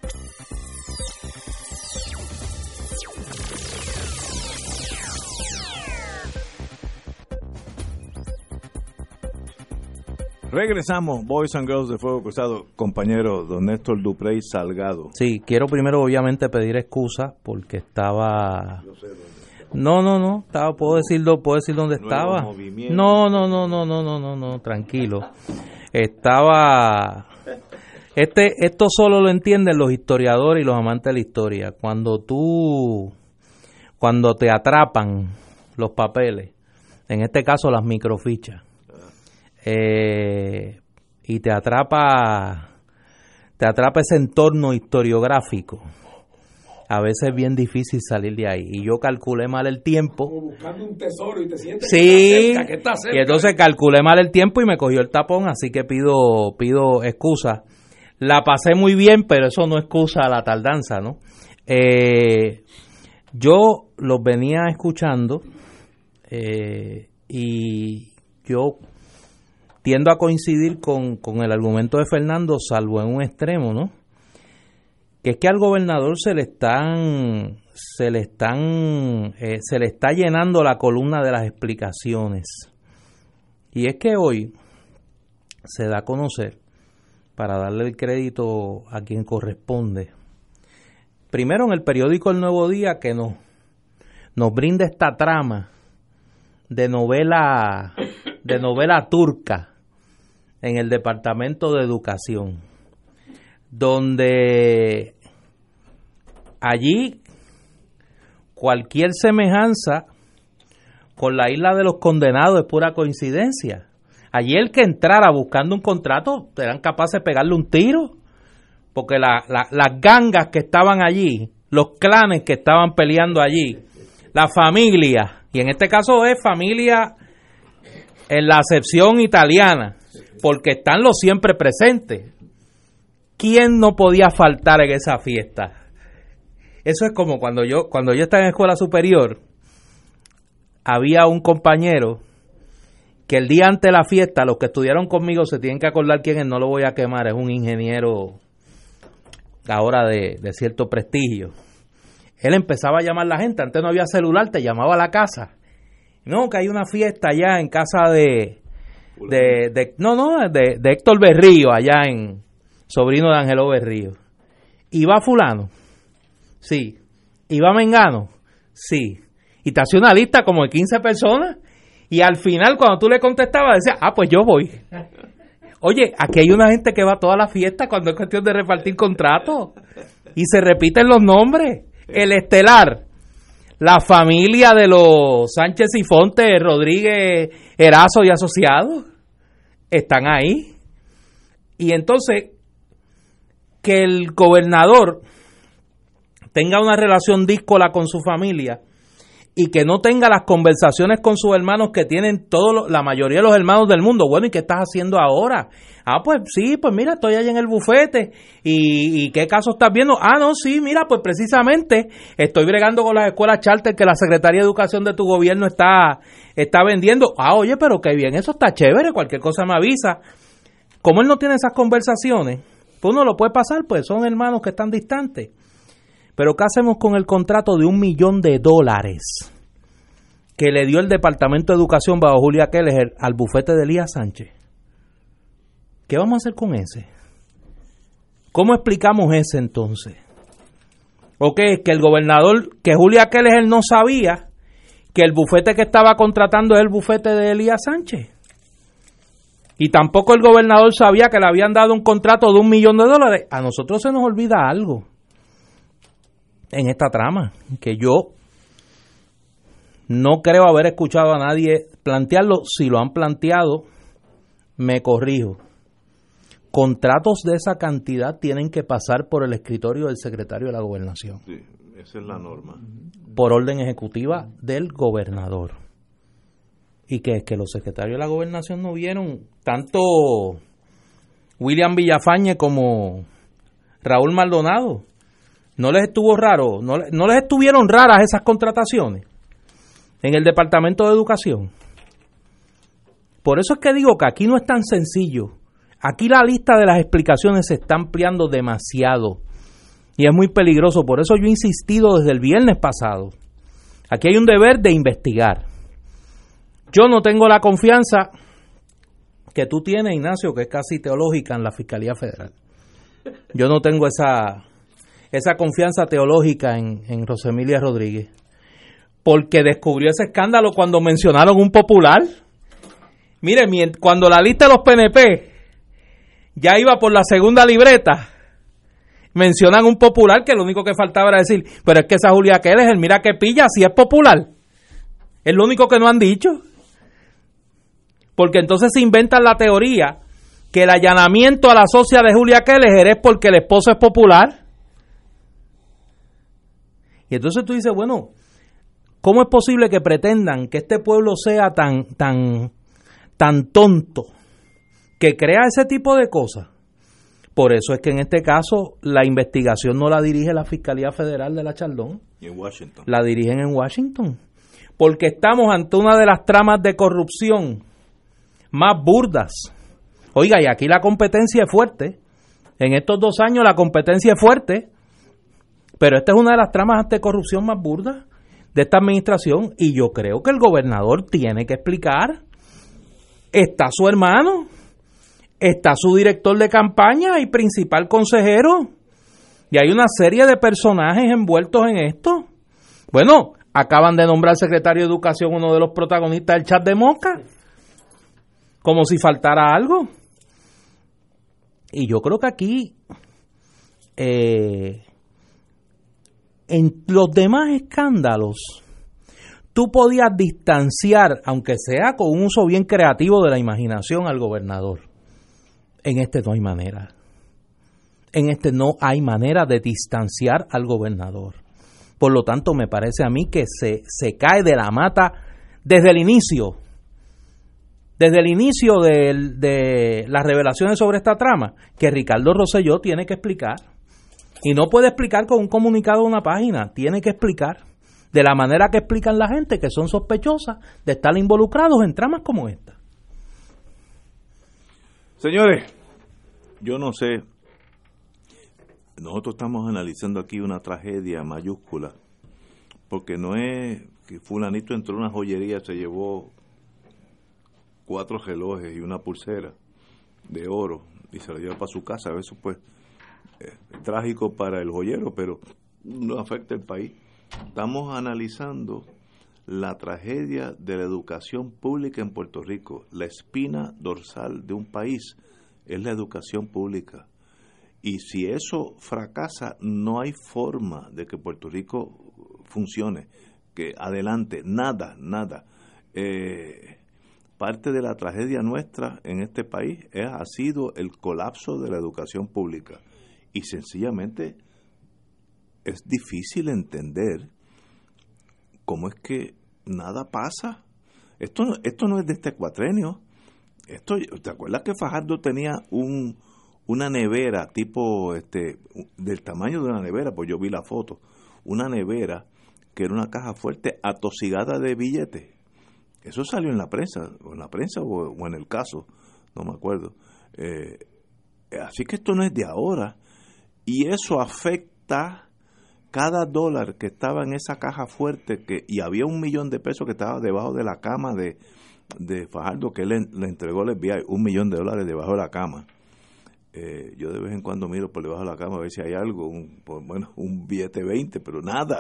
S2: Regresamos, Boys and Girls de Fuego Cruzado, compañero don Néstor Duprey Salgado.
S4: Sí, quiero primero obviamente pedir excusas porque estaba... No, puedo decir dónde estaba. No, tranquilo. Estaba... Esto solo lo entienden los historiadores y los amantes de la historia. Cuando te atrapan los papeles, en este caso las microfichas, y te atrapa ese entorno historiográfico, a veces es bien difícil salir de ahí. Y yo calculé mal el tiempo.
S3: Como buscando un tesoro y te sientes
S4: sí,
S3: que está cerca.
S4: Y entonces calculé mal el tiempo y me cogió el tapón, así que pido excusa. La pasé muy bien, pero eso no excusa la tardanza, ¿no? Yo los venía escuchando y yo tiendo a coincidir con el argumento de Fernando, salvo en un extremo, ¿no? Que es que al gobernador se le está llenando la columna de las explicaciones. Y es que hoy se da a conocer, para darle el crédito a quien corresponde, primero en el periódico El Nuevo Día, que nos brinda esta trama de novela turca en el Departamento de Educación, donde allí cualquier semejanza con la isla de los condenados es pura coincidencia. Allí el que entrara buscando un contrato eran capaces de pegarle un tiro, porque las gangas que estaban allí, los clanes que estaban peleando allí, la familia, y en este caso es familia en la acepción italiana, porque están los siempre presentes. ¿Quién no podía faltar en esa fiesta? Eso es como cuando yo estaba en escuela superior, había un compañero que el día antes de la fiesta, los que estudiaron conmigo se tienen que acordar quién es, no lo voy a quemar, es un ingeniero ahora de cierto prestigio. Él empezaba a llamar a la gente, antes no había celular, te llamaba a la casa. No, que hay una fiesta allá en casa de Héctor Berrío, allá en sobrino de Ángelo Berrío. ¿Y va fulano? Sí. ¿Y va Mengano? Sí. Y te hacía una lista como de 15 personas y al final cuando tú le contestabas decía, pues yo voy. Oye, aquí hay una gente que va a toda la fiesta cuando es cuestión de repartir contratos y se repiten los nombres. El estelar, la familia de los Sánchez y Fonte, Rodríguez, Erazo y asociados, están ahí. Y entonces, que el gobernador tenga una relación díscola con su familia y que no tenga las conversaciones con sus hermanos que tienen la mayoría de los hermanos del mundo. Bueno, ¿y qué estás haciendo ahora? Pues sí, pues mira, estoy allá en el bufete. ¿Y qué caso estás viendo? No, sí, mira, pues precisamente estoy bregando con las escuelas charter que la Secretaría de Educación de tu gobierno está vendiendo. Oye, pero qué bien, eso está chévere, cualquier cosa me avisa. Como él no tiene esas conversaciones, pues uno lo puede pasar, pues son hermanos que están distantes. Pero ¿qué hacemos con el contrato de $1 millón que le dio el Departamento de Educación bajo Julia Keller al bufete de Elías Sánchez? ¿Qué vamos a hacer con ese? ¿Cómo explicamos ese entonces? ¿O qué? Que el gobernador, que Julia Keller no sabía que el bufete que estaba contratando es el bufete de Elías Sánchez. Y tampoco el gobernador sabía que le habían dado un contrato de $1 millón. A nosotros se nos olvida algo en esta trama, que yo no creo haber escuchado a nadie plantearlo. Si lo han planteado, me corrijo. Contratos de esa cantidad tienen que pasar por el escritorio del secretario de la Gobernación.
S2: Sí, esa es la norma.
S4: Por orden ejecutiva del gobernador. Y que es que los secretarios de la Gobernación no vieron, tanto William Villafañe como Raúl Maldonado, no les estuvo raro, no les estuvieron raras esas contrataciones en el Departamento de Educación. Por eso es que digo que aquí no es tan sencillo. Aquí la lista de las explicaciones se está ampliando demasiado y es muy peligroso. Por eso yo he insistido desde el viernes pasado. Aquí hay un deber de investigar. Yo no tengo la confianza que tú tienes, Ignacio, que es casi teológica en la Fiscalía Federal. Yo no tengo esa confianza teológica en Rosemilia Rodríguez, porque descubrió ese escándalo cuando mencionaron un popular. Mire, cuando la lista de los PNP ya iba por la segunda libreta, mencionan un popular que lo único que faltaba era decir, pero es que esa Julia Keller, mira que pilla, si es popular. Es lo único que no han dicho. Porque entonces se inventan la teoría que el allanamiento a la socia de Julia Keller es porque el esposo es popular. Y entonces tú dices, bueno, ¿cómo es posible que pretendan que este pueblo sea tan tonto que crea ese tipo de cosas? Por eso es que en este caso la investigación no la dirige la Fiscalía Federal de la Chaldón.
S2: Y en Washington.
S4: La dirigen en Washington. Porque estamos ante una de las tramas de corrupción más burdas. Oiga, y aquí la competencia es fuerte. En estos 2 años la competencia es fuerte. Pero esta es una de las tramas de corrupción más burdas de esta administración. Y yo creo que el gobernador tiene que explicar. Está su hermano, está su director de campaña y principal consejero. Y hay una serie de personajes envueltos en esto. Bueno, acaban de nombrar secretario de Educación uno de los protagonistas del chat de Moca. Como si faltara algo. Y yo creo que aquí, en los demás escándalos, tú podías distanciar, aunque sea con un uso bien creativo de la imaginación, al gobernador. En este no hay manera. En este no hay manera de distanciar al gobernador. Por lo tanto, me parece a mí que se cae de la mata desde el inicio. Desde el inicio de las revelaciones sobre esta trama, que Ricardo Rosselló tiene que explicar. Y no puede explicar con un comunicado de una página, tiene que explicar de la manera que explican la gente que son sospechosas de estar involucrados en tramas como esta.
S2: Señores, yo no sé, nosotros estamos analizando aquí una tragedia mayúscula, porque no es que fulanito entró a una joyería, se llevó 4 relojes y una pulsera de oro y se la lleva para su casa. Eso pues es trágico para el joyero, pero no afecta al país. Estamos analizando la tragedia de la educación pública en Puerto Rico. La espina dorsal de un país es la educación pública. Y si eso fracasa, no hay forma de que Puerto Rico funcione, que adelante, nada. Parte de la tragedia nuestra en este país ha sido el colapso de la educación pública. Y sencillamente es difícil entender cómo es que nada pasa. Esto no es de este cuatrenio. ¿Te acuerdas que Fajardo tenía una nevera tipo del tamaño de una nevera? Pues yo vi la foto. Una nevera que era una caja fuerte atosigada de billetes. Eso salió en la prensa o en el caso, no me acuerdo. Así que esto no es de ahora. Y eso afecta cada dólar que estaba en esa caja fuerte, y había $1,000,000 que estaba debajo de la cama de Fajardo, que él le entregó al FBI, $1,000,000 debajo de la cama. Yo de vez en cuando miro por debajo de la cama a ver si hay algo, un billete 20, pero nada.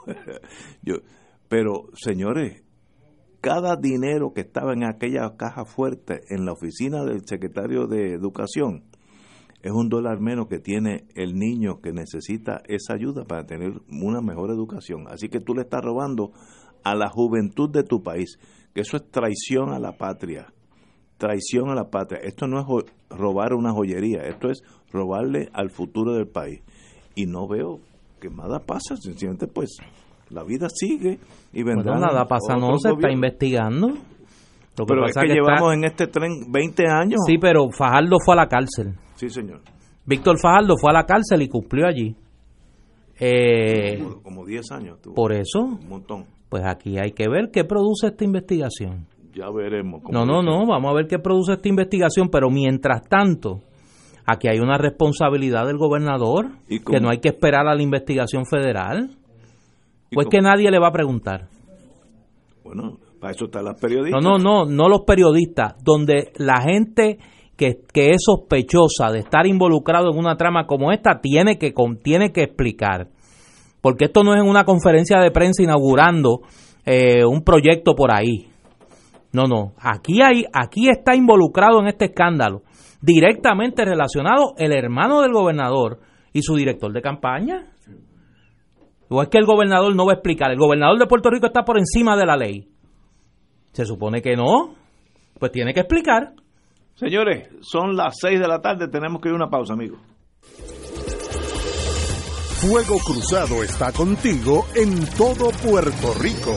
S2: Pero señores, cada dinero que estaba en aquella caja fuerte en la oficina del secretario de Educación es $1 menos que tiene el niño que necesita esa ayuda para tener una mejor educación. Así que tú le estás robando a la juventud de tu país, que eso es traición a la patria. Traición a la patria. Esto no es robar una joyería, esto es robarle al futuro del país. Y no veo que nada pasa, sencillamente pues la vida sigue y vendrá.
S4: Bueno, nada pasa, no se está investigando. Lo que
S2: pero
S4: pasa
S2: es que llevamos en este tren 20 años.
S4: Sí, pero Fajardo fue a la cárcel.
S2: Sí, señor.
S4: Víctor Fajardo fue a la cárcel y cumplió allí.
S2: Como 10 años.
S4: Por eso.
S2: Un montón.
S4: Pues aquí hay que ver qué produce esta investigación.
S2: Ya veremos.
S4: No, vamos a ver qué produce esta investigación, pero mientras tanto, aquí hay una responsabilidad del gobernador, que no hay que esperar a la investigación federal. Pues que nadie le va a preguntar.
S2: Bueno, para eso están las periodistas.
S4: No los periodistas, donde la gente que es sospechosa de estar involucrado en una trama como esta tiene que explicar. Porque esto no es en una conferencia de prensa inaugurando un proyecto por ahí. No. Aquí está involucrado en este escándalo, directamente relacionado el hermano del gobernador y su director de campaña. ¿O es que el gobernador no va a explicar? ¿El gobernador de Puerto Rico está por encima de la ley? Se supone que no. pues tiene que explicar.
S2: Señores, son las 6 de la tarde, tenemos que ir a una pausa, amigos.
S1: Fuego Cruzado está contigo en todo Puerto Rico.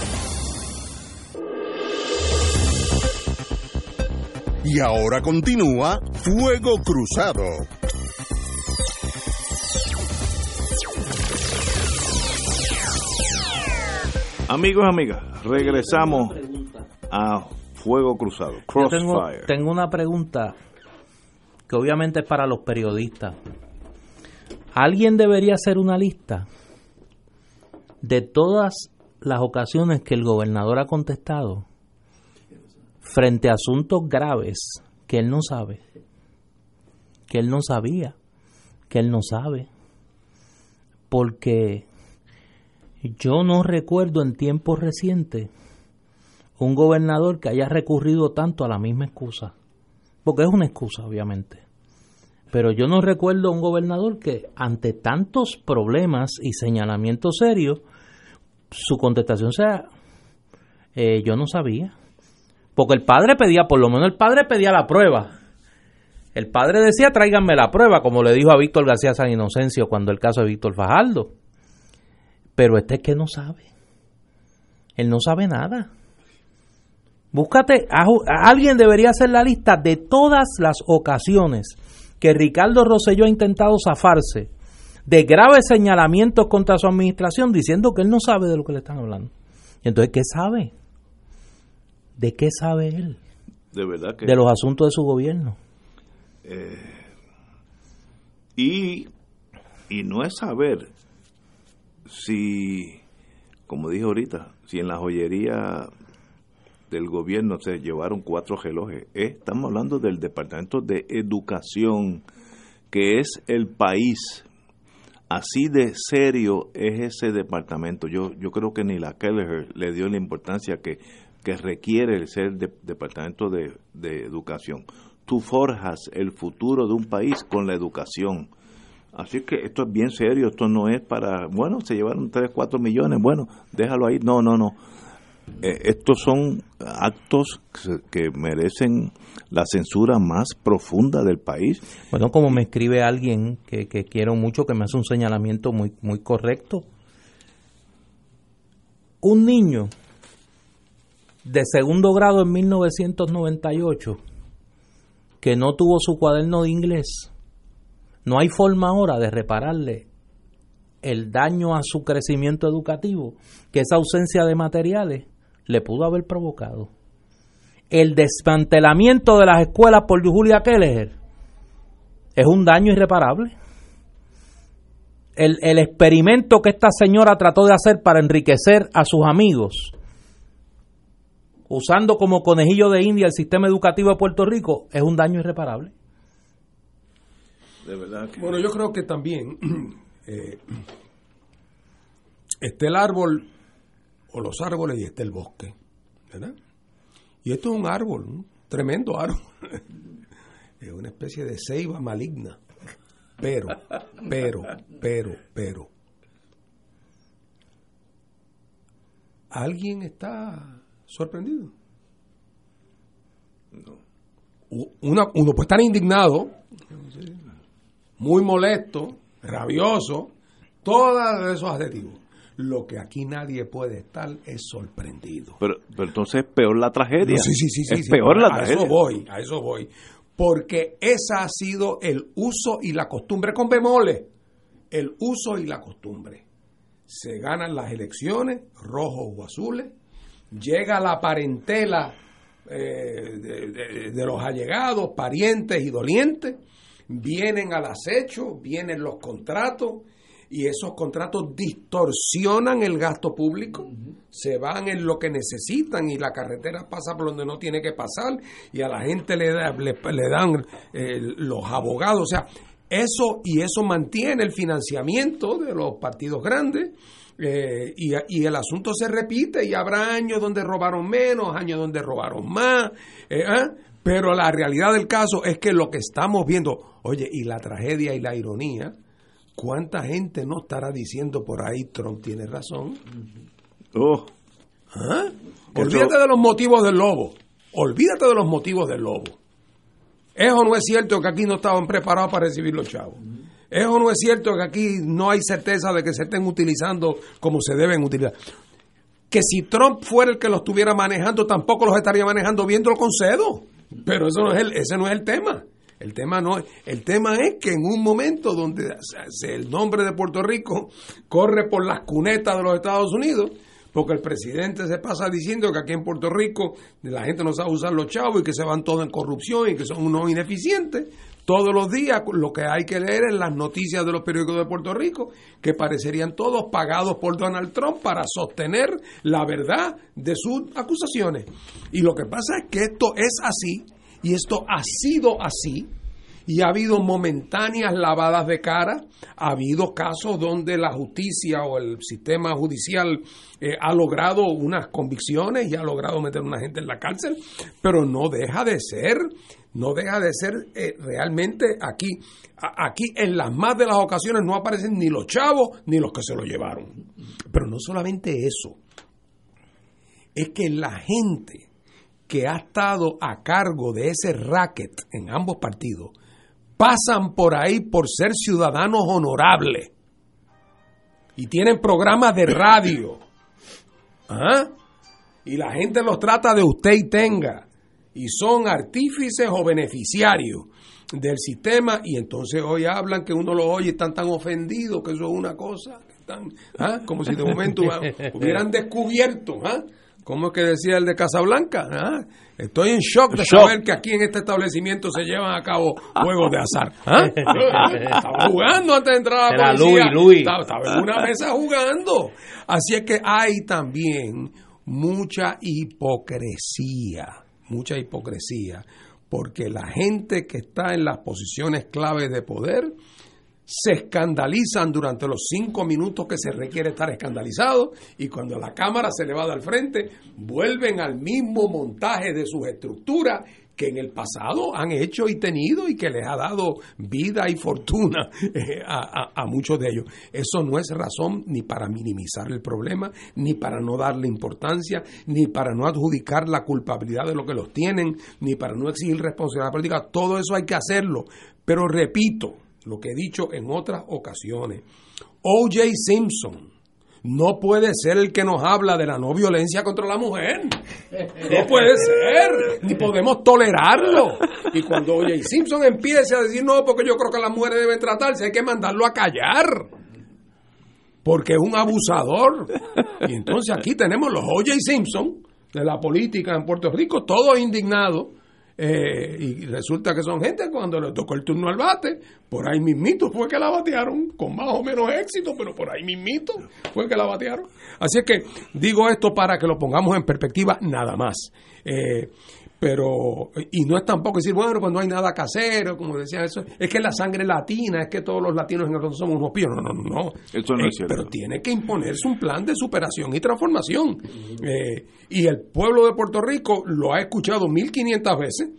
S1: Y ahora continúa Fuego Cruzado.
S2: Amigos y amigas, regresamos a Fuego Cruzado. Crossfire.
S4: Tengo una pregunta que obviamente es para los periodistas. ¿Alguien debería hacer una lista de todas las ocasiones que el gobernador ha contestado frente a asuntos graves que él no sabe, que él no sabía, que él no sabe? Porque yo no recuerdo en tiempos recientes un gobernador que haya recurrido tanto a la misma excusa, porque es una excusa obviamente, pero yo no recuerdo un gobernador que ante tantos problemas y señalamientos serios su contestación sea yo no sabía, porque el padre pedía, por lo menos el padre pedía la prueba. El padre decía tráiganme la prueba, como le dijo a Víctor García San Inocencio cuando el caso de Víctor Fajardo. Pero este es que no sabe. Él no sabe nada. Búscate, alguien debería hacer la lista de todas las ocasiones que Ricardo Rosselló ha intentado zafarse de graves señalamientos contra su administración diciendo que él no sabe de lo que le están hablando. Y entonces, ¿qué sabe? ¿De qué sabe él?
S2: De verdad que...
S4: De los asuntos de su gobierno.
S2: Y no es saber si, como dije ahorita, si en la joyería del gobierno se llevaron 4 relojes. Estamos hablando del Departamento de Educación, que es el país. Así de serio es ese departamento. Yo creo que ni la Kelleher le dio la importancia que requiere el ser Departamento de Educación. Tú forjas el futuro de un país con la educación. Así que esto es bien serio, esto no es para, bueno, se llevaron 3, 4 millones, bueno, déjalo ahí. No. Estos son actos que merecen la censura más profunda del país.
S4: Bueno, como me escribe alguien que quiero mucho, que me hace un señalamiento muy, muy correcto. Un niño de segundo grado en 1998 que no tuvo su cuaderno de inglés, no hay forma ahora de repararle el daño a su crecimiento educativo que esa ausencia de materiales le pudo haber provocado. El desmantelamiento de las escuelas por Julia Kelleher es un daño irreparable. El experimento que esta señora trató de hacer para enriquecer a sus amigos, usando como conejillo de India el sistema educativo de Puerto Rico, es un daño irreparable.
S2: De verdad que...
S3: Bueno, yo creo que también está el árbol o los árboles y está el bosque, ¿verdad? Y esto es un árbol, un tremendo árbol. Es una especie de ceiba maligna. Pero. ¿Alguien está sorprendido?
S2: No.
S3: Uno puede estar indignado, muy molesto, rabioso, todos esos adjetivos. Lo que aquí nadie puede estar es sorprendido.
S2: Pero entonces es peor la tragedia.
S3: No, sí.
S2: Es peor la tragedia.
S3: A eso voy. Porque esa ha sido el uso y la costumbre, con bemoles. El uso y la costumbre. Se ganan las elecciones, rojos o azules. Llega la parentela de los allegados, parientes y dolientes. Vienen al acecho, vienen los contratos. Y esos contratos distorsionan el gasto público, se van en lo que necesitan y la carretera pasa por donde no tiene que pasar y a la gente le dan los abogados. O sea, eso mantiene el financiamiento de los partidos grandes y el asunto se repite y habrá años donde robaron menos, años donde robaron más. Pero la realidad del caso es que lo que estamos viendo, oye, y la tragedia y la ironía, ¿cuánta gente no estará diciendo por ahí Trump tiene razón? Olvídate de los motivos del lobo. Olvídate de los motivos del lobo. ¿Es o no es cierto que aquí no estaban preparados para recibir los chavos? ¿Es o no es cierto que aquí no hay certeza de que se estén utilizando como se deben utilizar? Que si Trump fuera el que los estuviera manejando, tampoco los estaría manejando, bien, te lo concedo. Pero ese no es el tema. El tema es que en un momento donde el nombre de Puerto Rico corre por las cunetas de los Estados Unidos, porque el presidente se pasa diciendo que aquí en Puerto Rico la gente no sabe usar los chavos y que se van todos en corrupción y que son unos ineficientes, todos los días lo que hay que leer es las noticias de los periódicos de Puerto Rico, que parecerían todos pagados por Donald Trump para sostener la verdad de sus acusaciones. Y lo que pasa es que esto es así, y esto ha sido así, y ha habido momentáneas lavadas de cara, ha habido casos donde la justicia o el sistema judicial ha logrado unas convicciones y ha logrado meter a una gente en la cárcel, pero no deja de ser realmente aquí en las más de las ocasiones no aparecen ni los chavos ni los que se lo llevaron. Pero no solamente eso, es que la gente que ha estado a cargo de ese racket en ambos partidos pasan por ahí por ser ciudadanos honorables y tienen programas de radio. ¿Ah? Y la gente los trata de usted y tenga, y son artífices o beneficiarios del sistema, y entonces hoy hablan que uno los oye, están tan ofendidos que eso es una cosa, como si de momento hubieran descubierto, ¿cómo es que decía el de Casablanca? Estoy en shock de saber que aquí en este establecimiento se llevan a cabo juegos de azar. Estaba jugando antes de entrar a la policía.
S4: Louis.
S3: Estaba en una mesa jugando. Así es que hay también mucha hipocresía, porque la gente que está en las posiciones claves de poder se escandalizan durante los 5 minutos que se requiere estar escandalizado, y cuando la cámara se le va al frente, vuelven al mismo montaje de sus estructuras que en el pasado han hecho y tenido y que les ha dado vida y fortuna a muchos de ellos. Eso no es razón ni para minimizar el problema, ni para no darle importancia, ni para no adjudicar la culpabilidad de lo que los tienen, ni para no exigir responsabilidad política. Todo eso hay que hacerlo. Pero repito lo que he dicho en otras ocasiones, O.J. Simpson no puede ser el que nos habla de la no violencia contra la mujer. No puede ser, ni podemos tolerarlo. Y cuando O.J. Simpson empiece a decir no, porque yo creo que las mujeres deben tratarse, hay que mandarlo a callar, porque es un abusador. Y entonces aquí tenemos los O.J. Simpson de la política en Puerto Rico, todos indignados. Y resulta que son gente cuando le tocó el turno al bate, por ahí mismito fue que la batearon, con más o menos éxito, pero por ahí mismito fue que la batearon. Así es que digo esto para que lo pongamos en perspectiva nada más. Pero, y no es tampoco decir, bueno, pues no hay nada que hacer, o como decía eso, es que la sangre latina, es que todos los latinos en el mundo somos unos píos. No. Eso no es cierto. Pero tiene que imponerse un plan de superación y transformación. Y el pueblo de Puerto Rico lo ha escuchado 1.500 veces,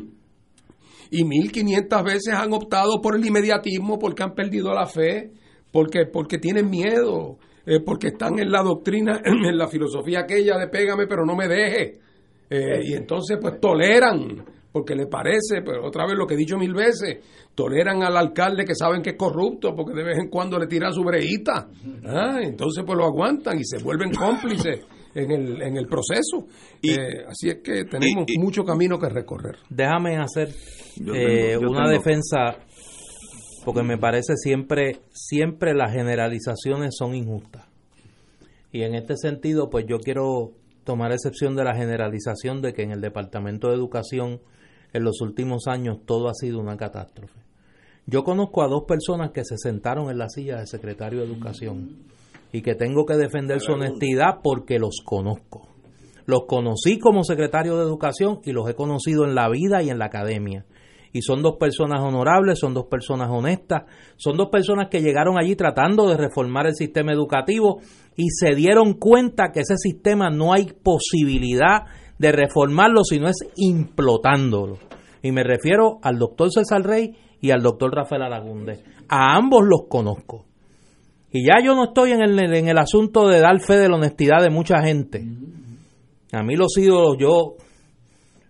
S3: y 1.500 veces han optado por el inmediatismo, porque han perdido la fe, porque tienen miedo, porque están en la doctrina, en la filosofía aquella de pégame pero no me deje. Y entonces pues toleran, porque le parece, pero otra vez lo que he dicho 1000 veces, toleran al alcalde que saben que es corrupto, porque de vez en cuando le tira su breíta, entonces pues lo aguantan y se vuelven cómplices en el proceso. Así es que tenemos mucho camino que recorrer.
S4: Déjame hacer una defensa, porque me parece siempre las generalizaciones son injustas, y en este sentido pues yo quiero tomar excepción de la generalización de que en el Departamento de Educación en los últimos años todo ha sido una catástrofe. Yo conozco a 2 personas que se sentaron en la silla de secretario de Educación y que tengo que defender su honestidad porque los conozco. Los conocí como secretario de Educación y los he conocido en la vida y en la academia. Y son 2 personas honorables, son 2 personas honestas, son 2 personas que llegaron allí tratando de reformar el sistema educativo y se dieron cuenta que ese sistema no hay posibilidad de reformarlo si no es implotándolo. Y me refiero al doctor César Rey y al doctor Rafael Aragúndez. A ambos los conozco. Y ya yo no estoy en el asunto de dar fe de la honestidad de mucha gente. A mí los ídolos, yo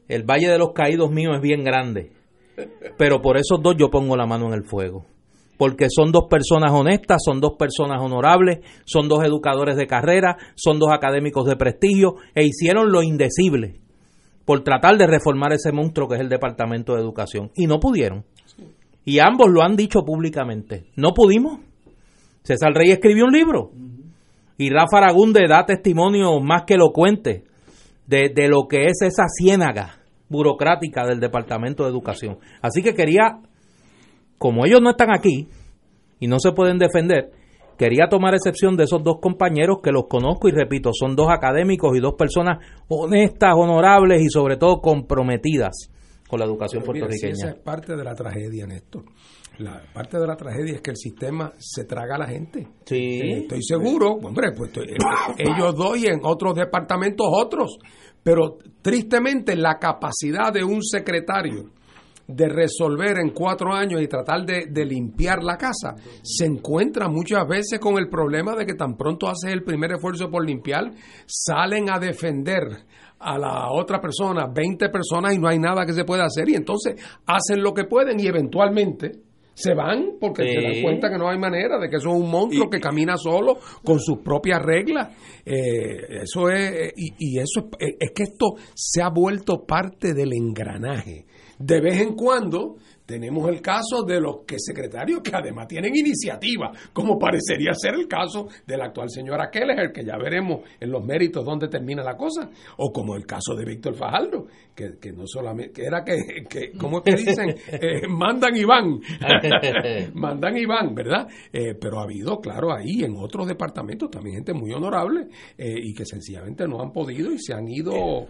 S4: el Valle de los Caídos mío es bien grande, pero por esos dos yo pongo la mano en el fuego, porque son dos personas honestas, son dos personas honorables, son dos educadores de carrera, son dos académicos de prestigio, e hicieron lo indecible por tratar de reformar ese monstruo que es el Departamento de Educación, y no pudieron. Y ambos lo han dicho públicamente. No pudimos. César Rey escribió un libro, y Rafa Aragunde da testimonio más que elocuente de lo que es esa ciénaga burocrática del Departamento de Educación. Así que quería, como ellos no están aquí y no se pueden defender, quería tomar excepción de esos dos compañeros que los conozco y repito, son dos académicos y dos personas honestas, honorables y sobre todo comprometidas con la educación puertorriqueña.
S3: Esa es parte de la tragedia, Néstor. La parte de la tragedia es que el sistema se traga a la gente.
S4: Sí.
S3: Estoy seguro, hombre, pues ellos dos y en otros departamentos otros, pero tristemente la capacidad de un secretario de resolver en 4 años y tratar de limpiar la casa, se encuentra muchas veces con el problema de que tan pronto haces el primer esfuerzo por limpiar, salen a defender a la otra persona, 20 personas y no hay nada que se pueda hacer y entonces hacen lo que pueden y eventualmente se van porque se dan cuenta que no hay manera, de que eso es un monstruo que camina solo con sus propias reglas. Eso es, y eso es que esto se ha vuelto parte del engranaje. De vez en cuando tenemos el caso de los que secretarios que además tienen iniciativa, como parecería ser el caso de la actual señora Kelleher, que ya veremos en los méritos dónde termina la cosa, o como el caso de Víctor Fajardo, que no solamente, que era que ¿cómo es que dicen? Mandan y van, mandan y van, ¿verdad? Pero ha habido, claro, ahí en otros departamentos también gente muy honorable y que sencillamente no han podido y se han ido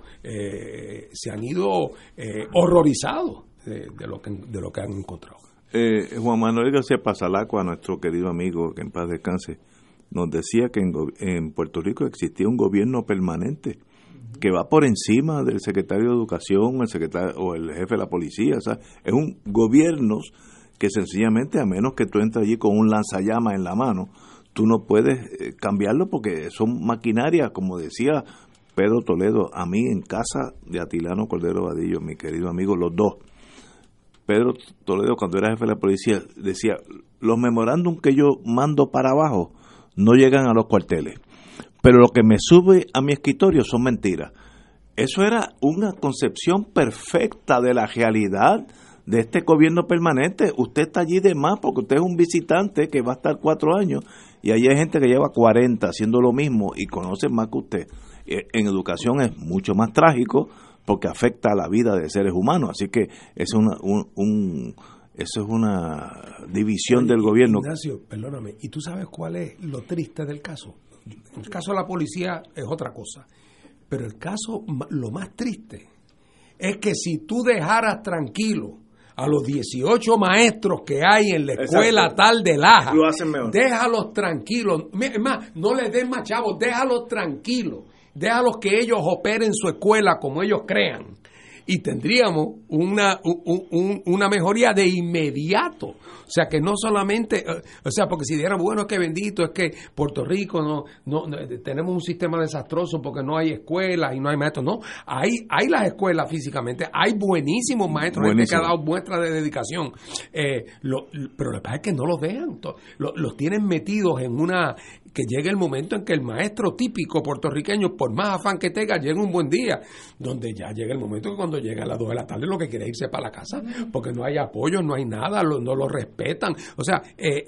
S3: horrorizados de lo que han encontrado.
S2: Juan Manuel García Pasalacua, nuestro querido amigo, que en paz descanse, nos decía que en Puerto Rico existía un gobierno permanente que va por encima del secretario de Educación, el secretario o el jefe de la policía. O sea, es un gobierno que sencillamente, a menos que tú entres allí con un lanzallamas en la mano, tú no puedes cambiarlo porque son maquinarias, como decía Pedro Toledo, a mí en casa de Atilano Cordero Vadillo, mi querido amigo, los dos. Pedro Toledo, cuando era jefe de la policía, decía, los memorándum que yo mando para abajo no llegan a los cuarteles, pero lo que me sube a mi escritorio son mentiras. Eso era una concepción perfecta de la realidad de este gobierno permanente. Usted está allí de más porque usted es un visitante que va a estar 4 años y allí hay gente que lleva 40 haciendo lo mismo y conoce más que usted. En educación es mucho más trágico porque afecta a la vida de seres humanos, así que es eso es una división del gobierno.
S3: Ignacio, perdóname, ¿y tú sabes cuál es lo triste del caso? El caso de la policía es otra cosa, pero el caso, lo más triste, es que si tú dejaras tranquilo a los 18 maestros que hay en la escuela Exacto. Tal de Laja,
S2: lo hacen mejor.
S3: Déjalos tranquilos, es más, no les des más chavos, déjalos tranquilos. Déjalos que ellos operen su escuela como ellos crean y tendríamos una mejoría de inmediato. O sea, que no solamente, porque si dijeran, bueno, es que bendito, es que Puerto Rico no tenemos un sistema desastroso porque no hay escuelas y no hay maestros. No, hay las escuelas físicamente, hay buenísimos maestros que han dado muestras de dedicación. Pero lo que pasa es que no los dejan, los tienen metidos en que llegue el momento en que el maestro típico puertorriqueño, por más afán que tenga, llegue un buen día, donde ya llega el momento que cuando llega a las 2 de la tarde lo que quiere es irse para la casa, porque no hay apoyo, no hay nada, no lo respetan. O sea,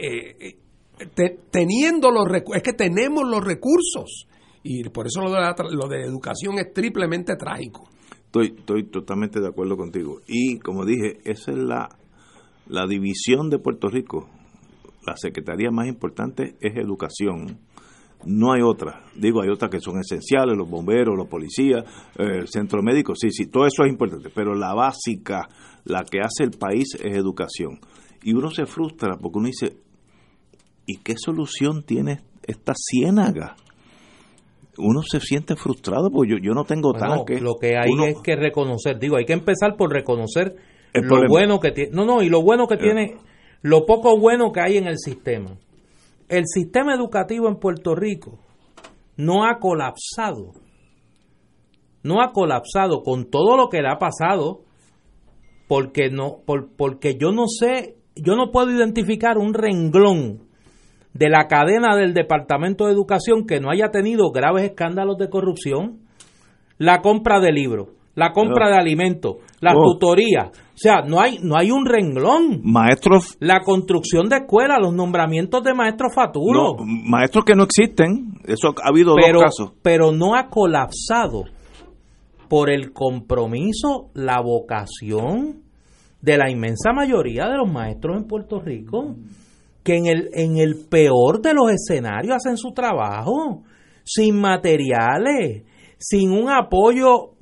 S3: teniendo los recursos, es que tenemos los recursos, y por eso lo de educación es triplemente trágico.
S2: Estoy totalmente de acuerdo contigo. Y como dije, esa es la división de Puerto Rico. La secretaría más importante es educación. No hay otra. Digo, hay otras que son esenciales, los bomberos, los policías, el centro médico, sí, todo eso es importante. Pero la básica, la que hace el país es educación. Y uno se frustra porque uno dice, ¿y qué solución tiene esta ciénaga? Uno se siente frustrado porque yo no tengo tanque.
S4: Lo que hay es que reconocer, hay que empezar por reconocer lo bueno que tiene. Y lo bueno que tiene, lo poco bueno que hay en el sistema. El sistema educativo en Puerto Rico no ha colapsado no ha colapsado con todo lo que le ha pasado, porque yo no sé, yo no puedo identificar un renglón de la cadena del Departamento de Educación que no haya tenido graves escándalos de corrupción. La compra de libros, la compra de alimentos, las tutorías, o sea, no hay un renglón.
S2: Maestros,
S4: la construcción de escuelas, los nombramientos de maestros fatulos.
S2: No, maestros que no existen, eso ha habido dos casos.
S4: Pero no ha colapsado por el compromiso, la vocación de la inmensa mayoría de los maestros en Puerto Rico, que en el peor de los escenarios hacen su trabajo, sin materiales, sin un apoyo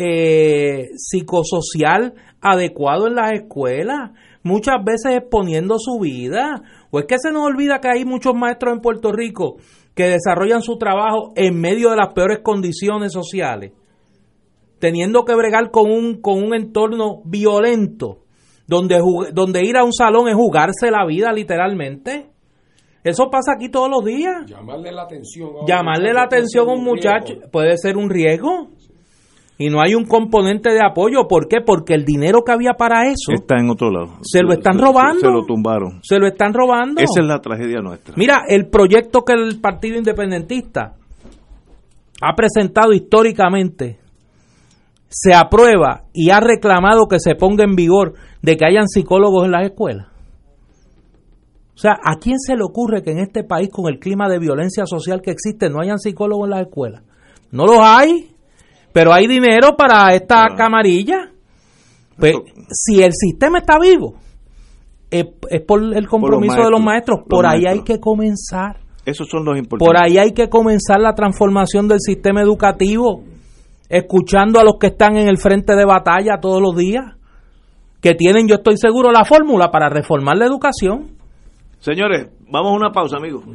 S4: psicosocial adecuado en las escuelas, muchas veces exponiendo su vida. ¿O es que se nos olvida que hay muchos maestros en Puerto Rico que desarrollan su trabajo en medio de las peores condiciones sociales, teniendo que bregar con un entorno violento, donde ir a un salón es jugarse la vida literalmente? Eso pasa aquí todos los días.
S3: Llamarle la atención
S4: a un muchacho puede ser un riesgo. Y no hay un componente de apoyo. ¿Por qué? Porque el dinero que había para eso
S2: está en otro lado.
S4: Se lo están robando.
S2: Se lo tumbaron.
S4: Se lo están robando.
S2: Esa es la tragedia nuestra.
S4: Mira, el proyecto que el Partido Independentista ha presentado históricamente se aprueba y ha reclamado que se ponga en vigor de que hayan psicólogos en las escuelas. O sea, ¿a quién se le ocurre que en este país, con el clima de violencia social que existe, no hayan psicólogos en las escuelas? No los hay, pero hay dinero para esta camarilla. Pues, si el sistema está vivo, es por el compromiso de los maestros. Por ahí hay que comenzar.
S2: Esos son los importantes.
S4: Por ahí hay que comenzar la transformación del sistema educativo, escuchando a los que están en el frente de batalla todos los días, que tienen, yo estoy seguro, la fórmula para reformar la educación.
S2: Señores, vamos a una pausa, amigos.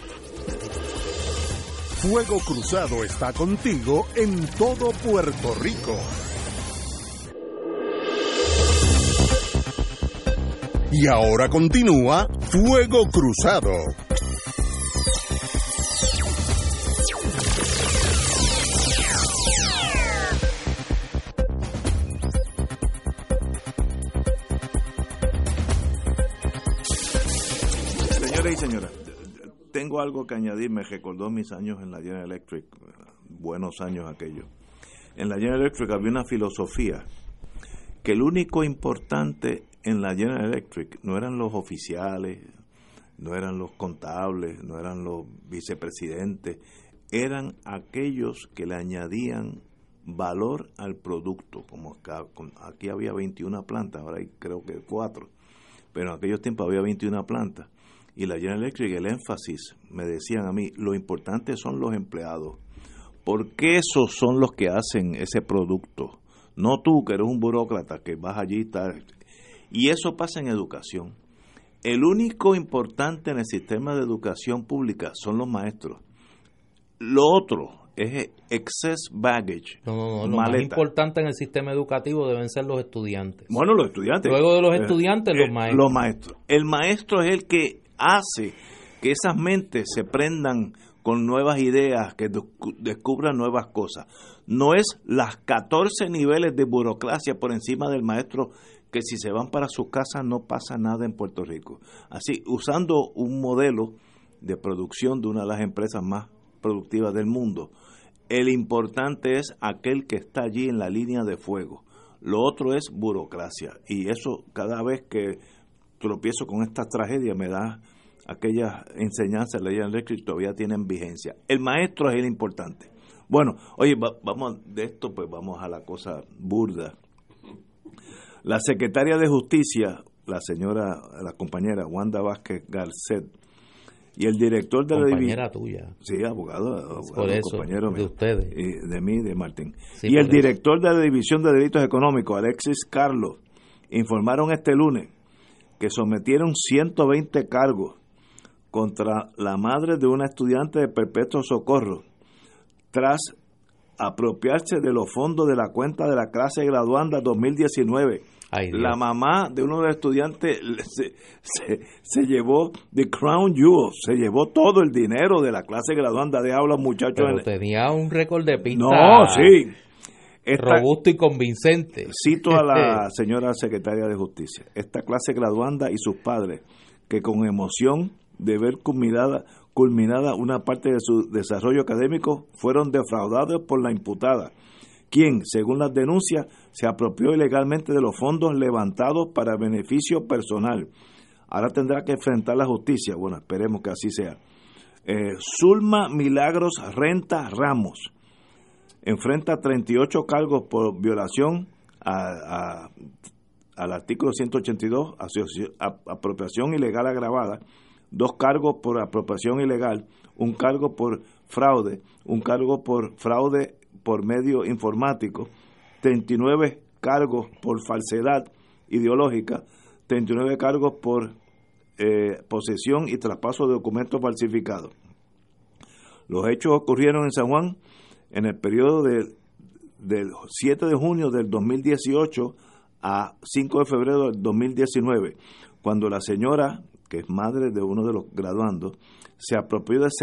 S1: Fuego Cruzado está contigo en todo Puerto Rico. Y ahora continúa Fuego Cruzado.
S2: Señores y señoras, tengo algo que añadir. Me recordó mis años en la General Electric, buenos años aquellos. En la General Electric había una filosofía que el único importante en la General Electric no eran los oficiales, no eran los contables, no eran los vicepresidentes, eran aquellos que le añadían valor al producto. Como aquí había 21 plantas, ahora hay creo que 4, pero en aquellos tiempos había 21 plantas. Y la General Electric, el énfasis, me decían a mí, lo importante son los empleados, porque esos son los que hacen ese producto, no tú que eres un burócrata que vas allí y tal. Y eso pasa en educación. El único importante en el sistema de educación pública son los maestros. Lo otro es excess baggage.
S4: No, lo más importante en el sistema educativo deben ser los estudiantes.
S2: Bueno, los estudiantes.
S4: Luego de los estudiantes, los maestros.
S2: Los maestros. El maestro es el que hace que esas mentes se prendan con nuevas ideas, que descubran nuevas cosas. No es las 14 niveles de burocracia por encima del maestro, que si se van para sus casas no pasa nada en Puerto Rico. Así, usando un modelo de producción de una de las empresas más productivas del mundo, el importante es aquel que está allí en la línea de fuego. Lo otro es burocracia, y eso cada vez que tropiezo con esta tragedia me da aquellas enseñanzas de la General Electric todavía tienen vigencia. El maestro es el importante. Bueno, oye, vamos de esto, pues vamos a la cosa burda. La secretaria de Justicia, la compañera Wanda Vázquez Garcet, y el director de
S4: compañera tuya.
S2: Sí, abogado
S4: por eso,
S2: compañero
S4: de ustedes.
S2: Y de mí, de Martín.
S4: Sí,
S2: y el director de la División de Delitos Económicos, Alexis Carlos, informaron este lunes que sometieron 120 cargos contra la madre de una estudiante de Perpetuo Socorro tras apropiarse de los fondos de la cuenta de la clase graduanda 2019. La mamá de uno de los estudiantes se llevó the crown jewel, se llevó todo el dinero de la clase graduanda. De habla muchachos.
S4: Pero tenía un récord de pista.
S2: No, sí.
S4: robusto y convincente.
S2: Cito a la señora secretaria de Justicia. Esta clase graduanda y sus padres, que con emoción de ver culminada una parte de su desarrollo académico, fueron defraudados por la imputada, quien, según las denuncias, se apropió ilegalmente de los fondos levantados para beneficio personal. Ahora tendrá que enfrentar la justicia. Bueno, esperemos que así sea. Zulma Milagros Renta Ramos enfrenta 38 cargos por violación al artículo 182, apropiación ilegal agravada, 2 cargos por apropiación ilegal, 1 cargo por fraude, 1 cargo por fraude por medio informático, 39 cargos por falsedad ideológica, 39 cargos por posesión y traspaso de documentos falsificados. Los hechos ocurrieron en San Juan en el periodo del 7 de junio del 2018 a 5 de febrero del 2019, cuando la señora, que es madre de uno de los graduandos, se apropió de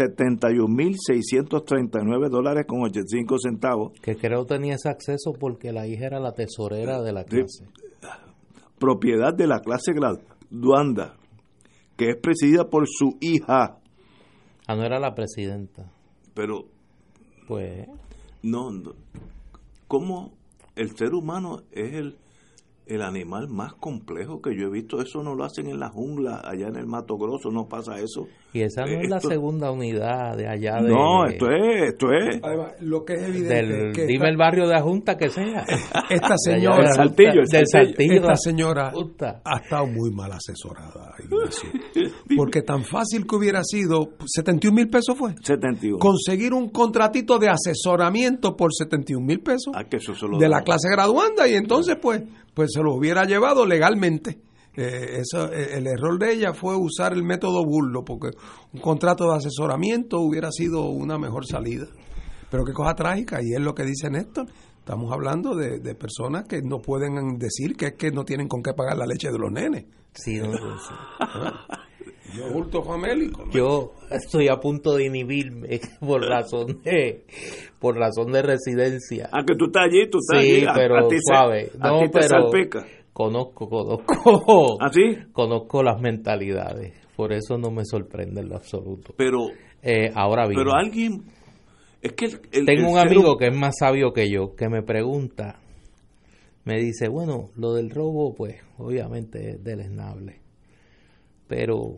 S2: $71,639.85.
S4: Que creo tenía ese acceso porque la hija era la tesorera de la clase.
S2: Propiedad de la clase graduanda, que es presidida por su hija.
S4: No era la presidenta.
S2: Pero,
S4: pues,
S2: no, ¿cómo el ser humano es el animal más complejo que yo he visto? Eso no lo hacen en la jungla, allá en el Mato Grosso, no pasa eso.
S4: Y esa no es la segunda unidad de allá de...
S2: No, esto es.
S3: Además, lo que es evidente que
S4: dime el barrio de Ajunta que sea.
S3: Esta señora...
S2: El Saltillo.
S3: Esta señora ha estado muy mal asesorada, Ignacio. Porque tan fácil que hubiera sido... $71,000 fue.
S2: 71.
S3: Conseguir un contratito de asesoramiento por $71,000
S2: que eso
S3: de la clase graduanda, y entonces pues se lo hubiera llevado legalmente. El error de ella fue usar el método burdo, porque un contrato de asesoramiento hubiera sido una mejor salida. Pero qué cosa trágica, y es lo que dice Néstor. Estamos hablando de personas que no pueden decir que es que no tienen con qué pagar la leche de los nenes.
S4: Sí, no, sí.
S3: Yo bulto famélico.
S4: Yo estoy a punto de inhibirme por razón de residencia.
S2: Que tú estás allí,
S4: sí, pero suave. No, pero
S2: salpica.
S4: Conozco.
S2: ¿Ah, sí?
S4: Conozco las mentalidades. Por eso no me sorprende en lo absoluto.
S2: Pero
S4: ahora bien.
S2: Pero alguien, es que
S4: tengo un amigo que es más sabio que yo, que me pregunta, me dice, bueno, lo del robo, pues, obviamente es deleznable, pero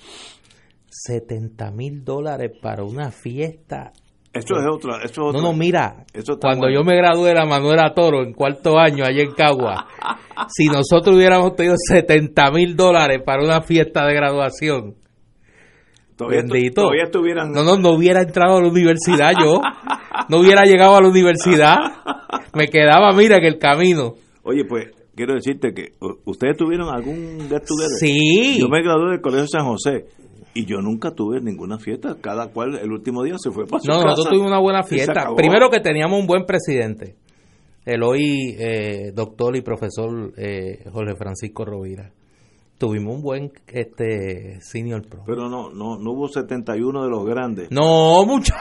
S4: $70,000 para una fiesta.
S2: Esto es otra.
S4: No, mira, cuando yo me gradué de la Manuela Toro en 4º año allá en Cagua, si nosotros hubiéramos tenido $70,000 para una fiesta de graduación, bendito,
S2: todavía estuvieran...
S4: No hubiera entrado a la universidad yo, no hubiera llegado a la universidad, me quedaba, mira, en el camino.
S2: Oye, pues, quiero decirte que ustedes tuvieron algún get together.
S4: Sí.
S2: Yo me gradué del Colegio San José y yo nunca tuve ninguna fiesta. Cada cual el último día se fue para su casa.
S4: Nosotros tuvimos una buena fiesta. Primero que teníamos un buen presidente, el hoy doctor y profesor Jorge Francisco Rovira. Tuvimos un buen senior pro.
S2: Pero no hubo 71 de los grandes.
S4: No, muchacho.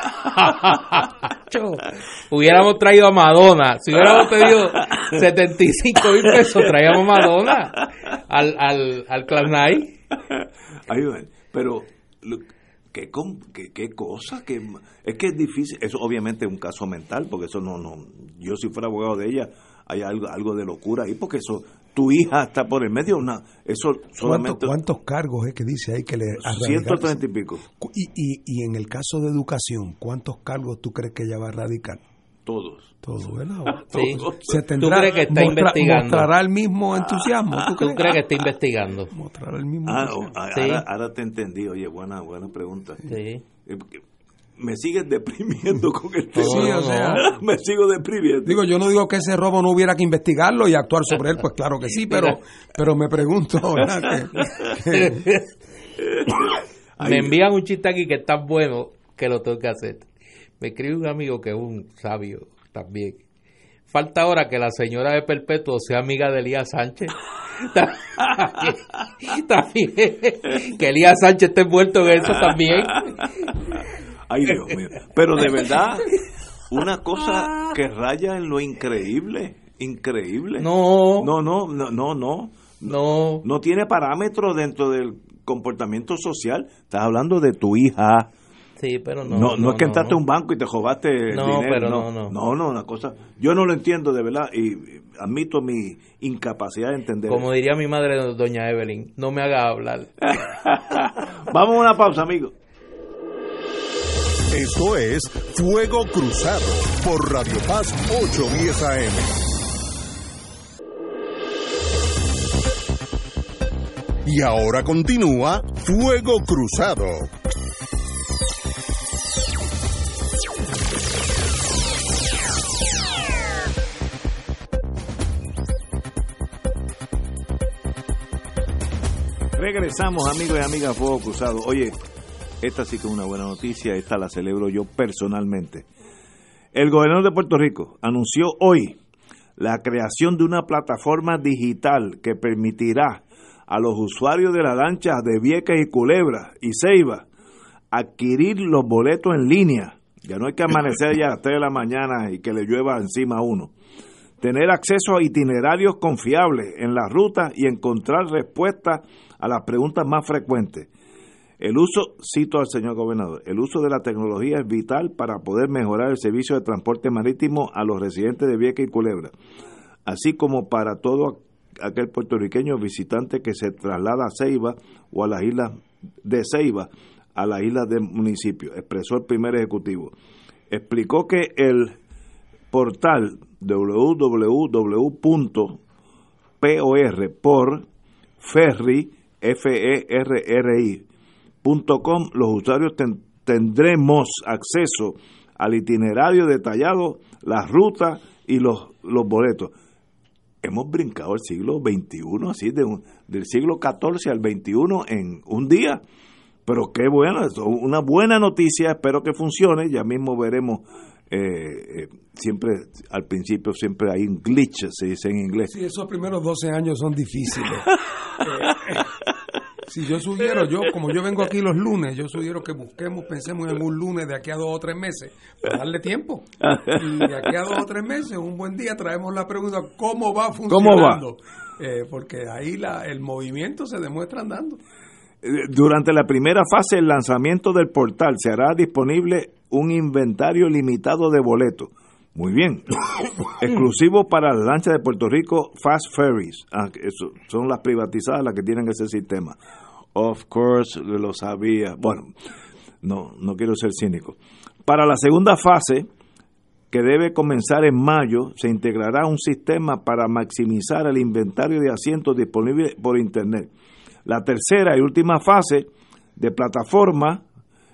S4: Hubiéramos traído a Madonna. Si hubiéramos pedido $75,000, traíamos a Madonna al Clan Night.
S2: Pero qué cosa, es que es difícil. Eso obviamente es un caso mental, porque eso no yo si fuera abogado de ella hay algo de locura ahí, porque eso, tu hija está por el medio, eso solamente...
S3: ¿Cuántos cargos es que dice ahí que le
S2: arradicaron? 130 y pico.
S3: Y en el caso de educación, ¿cuántos cargos tú crees que ella va a erradicar?
S2: Todos,
S3: ¿verdad?
S4: Sí.
S3: ¿Se tendrá,
S4: ¿Tú crees que está investigando?
S3: ¿Mostrará el mismo entusiasmo?
S4: ¿Tú crees que está investigando?
S3: ¿Mostrará el mismo
S4: entusiasmo?
S2: Ahora te entendí. Oye, buena pregunta.
S4: Sí.
S2: Me sigues deprimiendo con el tema.
S3: Sí, o sea,
S2: me sigo deprimiendo.
S3: Digo, yo no digo que ese robo no hubiera que investigarlo y actuar sobre él, pues claro que sí, pero me pregunto, ¿verdad?
S4: Me envían un chiste aquí que es tan bueno que lo tengo que hacer. Me escribe un amigo que es un sabio también. Falta ahora que la señora de Perpetuo sea amiga de Elías Sánchez. También. Que Elías Sánchez esté envuelto en eso también.
S2: Ay, Dios mío. Pero de verdad, una cosa que raya en lo increíble.
S4: No.
S2: No tiene parámetros dentro del comportamiento social. Estás hablando de tu hija.
S4: Sí, pero
S2: no es que entraste a un banco y te robaste el dinero.
S4: Pero
S2: no, una cosa. Yo no lo entiendo de verdad y admito mi incapacidad de entender.
S4: Como diría mi madre, doña Evelyn, no me haga hablar.
S2: Vamos a una pausa, amigos.
S1: Esto es Fuego Cruzado por Radio Paz 810 AM. Y ahora continúa Fuego Cruzado.
S2: Regresamos, amigos y amigas, Fuego Cruzado. Oye, esta sí que es una buena noticia, esta la celebro yo personalmente. El gobernador de Puerto Rico anunció hoy la creación de una plataforma digital que permitirá a los usuarios de las lanchas de Vieques y Culebra y Ceiba adquirir los boletos en línea. Ya no hay que amanecer ya a las 3 de la mañana y que le llueva encima a uno. Tener acceso a itinerarios confiables en las rutas y encontrar respuestas a las preguntas más frecuentes. El uso, cito al señor gobernador, el uso de la tecnología es vital para poder mejorar el servicio de transporte marítimo a los residentes de Vieques y Culebra, así como para todo aquel puertorriqueño visitante que se traslada a Ceiba o a las islas de Ceiba, a las islas del municipio, expresó el primer ejecutivo. Explicó que el portal www.ferry.com los usuarios tendremos acceso al itinerario detallado, las rutas y los boletos. Hemos brincado el siglo XXI, así del siglo XIV al XXI en un día, pero qué bueno, es una buena noticia, espero que funcione, ya mismo veremos. Siempre al principio siempre hay un glitch, se dice en inglés.
S3: Sí, esos primeros 12 años son difíciles. Si yo sugiero, como yo vengo aquí los lunes, yo sugiero que pensemos en un lunes de aquí a 2 o 3 meses, para darle tiempo. Y de aquí a 2 o 3 meses, un buen día traemos la pregunta, ¿cómo va funcionando? Porque ahí el movimiento se demuestra andando.
S2: Durante la primera fase del lanzamiento del portal se hará disponible un inventario limitado de boletos. Muy bien. Exclusivo para las lanchas de Puerto Rico, Fast Ferries. Eso, son las privatizadas las que tienen ese sistema. Of course, lo sabía. Bueno, no quiero ser cínico. Para la segunda fase, que debe comenzar en mayo, se integrará un sistema para maximizar el inventario de asientos disponibles por Internet. La tercera y última fase de plataforma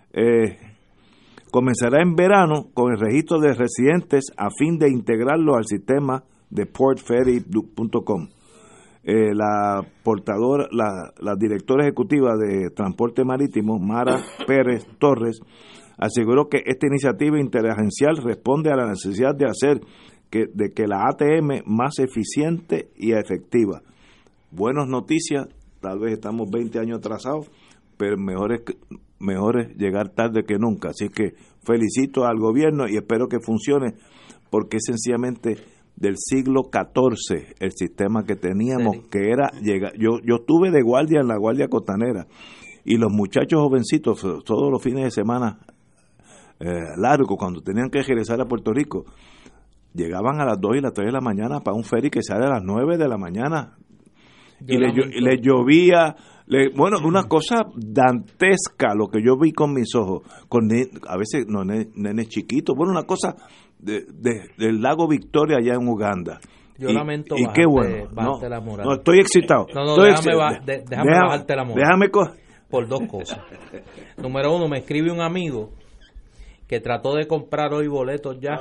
S2: comenzará en verano con el registro de residentes a fin de integrarlo al sistema de portferry.com. La directora ejecutiva de Transporte Marítimo, Mara Pérez Torres, aseguró que esta iniciativa interagencial responde a la necesidad de hacer de que la ATM más eficiente y efectiva. Buenas noticias. Tal vez estamos 20 años atrasados, pero mejor es llegar tarde que nunca. Así que felicito al gobierno y espero que funcione, porque es sencillamente del siglo XIV el sistema que teníamos, ¿sí? Que era llegar. Yo estuve de guardia en la Guardia Costanera y los muchachos jovencitos, todos los fines de semana largos, cuando tenían que regresar a Puerto Rico, llegaban a las 2 y las 3 de la mañana para un ferry que sale a las 9 de la mañana. Y le llovía, bueno, una cosa dantesca lo que yo vi con mis ojos, a veces nenes chiquitos, bueno, una cosa del lago Victoria allá en Uganda.
S4: Yo lamento
S2: y qué bueno,
S4: bajarte la moral.
S2: No, estoy excitado.
S4: Déjame bajarte la moral. Por 2 cosas. Número 1, me escribe un amigo que trató de comprar hoy boletos ya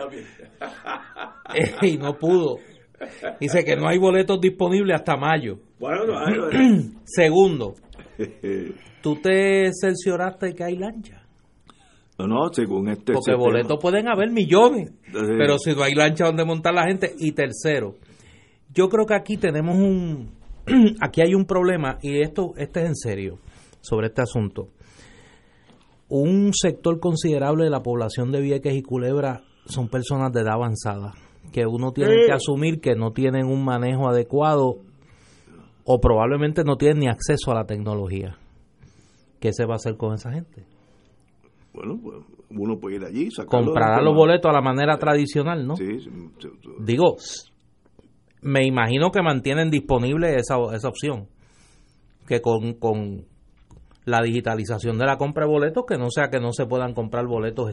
S4: y no pudo. Dice que no hay boletos disponibles hasta mayo. Bueno. Segundo, ¿tú te cercioraste que hay lancha?
S2: No, según
S4: porque boletos pueden haber millones, pero si no hay lancha donde montar la gente. Y tercero, yo creo que aquí tenemos aquí hay un problema, y este es en serio, sobre este asunto. Un sector considerable de la población de Vieques y Culebra son personas de edad avanzada, que uno tiene que asumir que no tienen un manejo adecuado o probablemente no tienen ni acceso a la tecnología. ¿Qué se va a hacer con esa gente?
S2: Bueno, pues uno puede ir allí,
S4: comprará los boletos a la manera tradicional, ¿no?
S2: Sí.
S4: Digo, me imagino que mantienen disponible esa opción, que con la digitalización de la compra de boletos, que no sea que no se puedan comprar boletos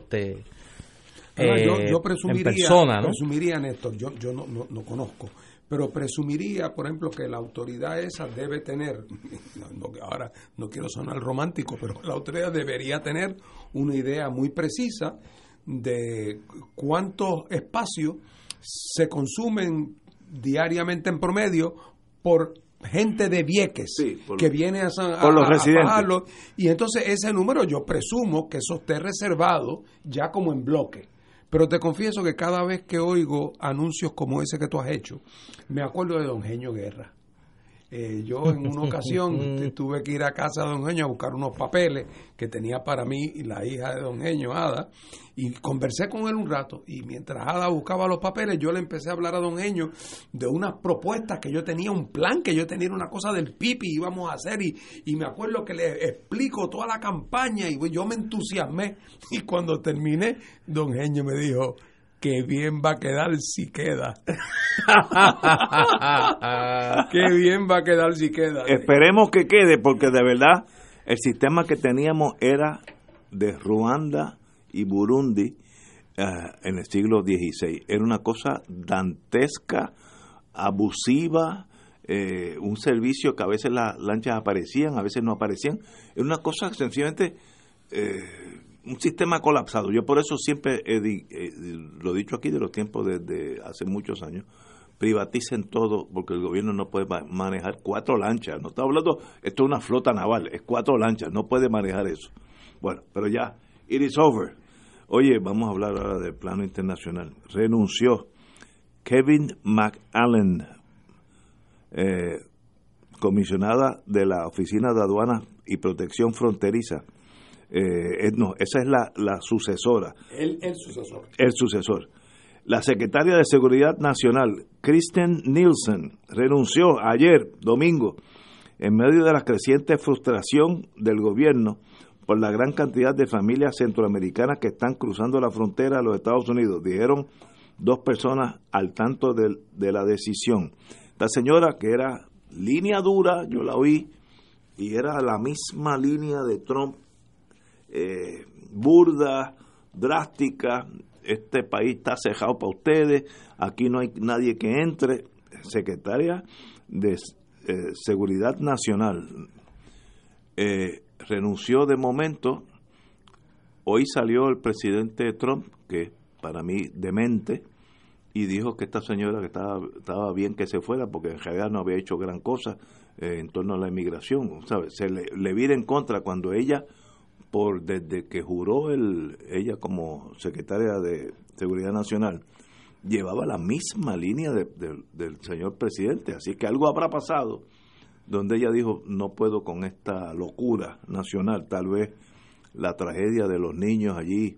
S3: yo presumiría,
S4: en persona, ¿no?
S3: Presumiría, Néstor, yo no conozco, pero presumiría, por ejemplo, que la autoridad esa debe tener, ahora no quiero sonar romántico, pero la autoridad debería tener una idea muy precisa de cuántos espacios se consumen diariamente en promedio por gente de Vieques que viene a
S2: los residentes.
S3: Pagarlo, y entonces ese número yo presumo que eso esté reservado ya como en bloque. Pero te confieso que cada vez que oigo anuncios como ese que tú has hecho, me acuerdo de don Genio Guerra. Yo en una ocasión tuve que ir a casa de don Genio a buscar unos papeles que tenía para mí y la hija de don Genio, Ada, y conversé con él un rato, y mientras Ada buscaba los papeles, yo le empecé a hablar a don Genio de unas propuestas que yo tenía, un plan que yo tenía, una cosa del pipi íbamos a hacer, y me acuerdo que le explico toda la campaña, y yo me entusiasmé, y cuando terminé, don Genio me dijo: qué bien va a quedar si queda. Qué bien va a quedar si queda.
S2: Esperemos que quede, porque de verdad el sistema que teníamos era de Ruanda y Burundi en el siglo XVI. Era una cosa dantesca, abusiva, un servicio que a veces las lanchas aparecían, a veces no aparecían. Era una cosa sencillamente... un sistema colapsado. Yo por eso siempre lo he dicho aquí de los tiempos de hace muchos años: privaticen todo, porque el gobierno no puede manejar 4 lanchas. No está hablando, esto es una flota naval, es 4 lanchas, no puede manejar eso. Bueno, pero ya, it is over. Oye, vamos a hablar ahora del plano internacional. Renunció Kevin McAllen, comisionada de la Oficina de Aduanas y Protección Fronteriza. Esa es la sucesora.
S3: El sucesor.
S2: El sucesor. La secretaria de Seguridad Nacional, Kristen Nielsen, renunció ayer, domingo, en medio de la creciente frustración del gobierno por la gran cantidad de familias centroamericanas que están cruzando la frontera a los Estados Unidos. Dijeron 2 personas al tanto de la decisión. Esta señora, que era línea dura, yo la oí, y era la misma línea de Trump, burda, drástica: este país está cejado para ustedes, aquí no hay nadie que entre. Secretaria de Seguridad Nacional renunció de momento. Hoy salió el presidente Trump, que para mí demente, y dijo que esta señora que estaba bien que se fuera, porque en realidad no había hecho gran cosa en torno a la inmigración, ¿sabes? Se le vira en contra cuando ella, desde que juró ella como secretaria de Seguridad Nacional, llevaba la misma línea del señor presidente. Así que algo habrá pasado donde ella dijo: no puedo con esta locura nacional. Tal vez la tragedia de los niños allí,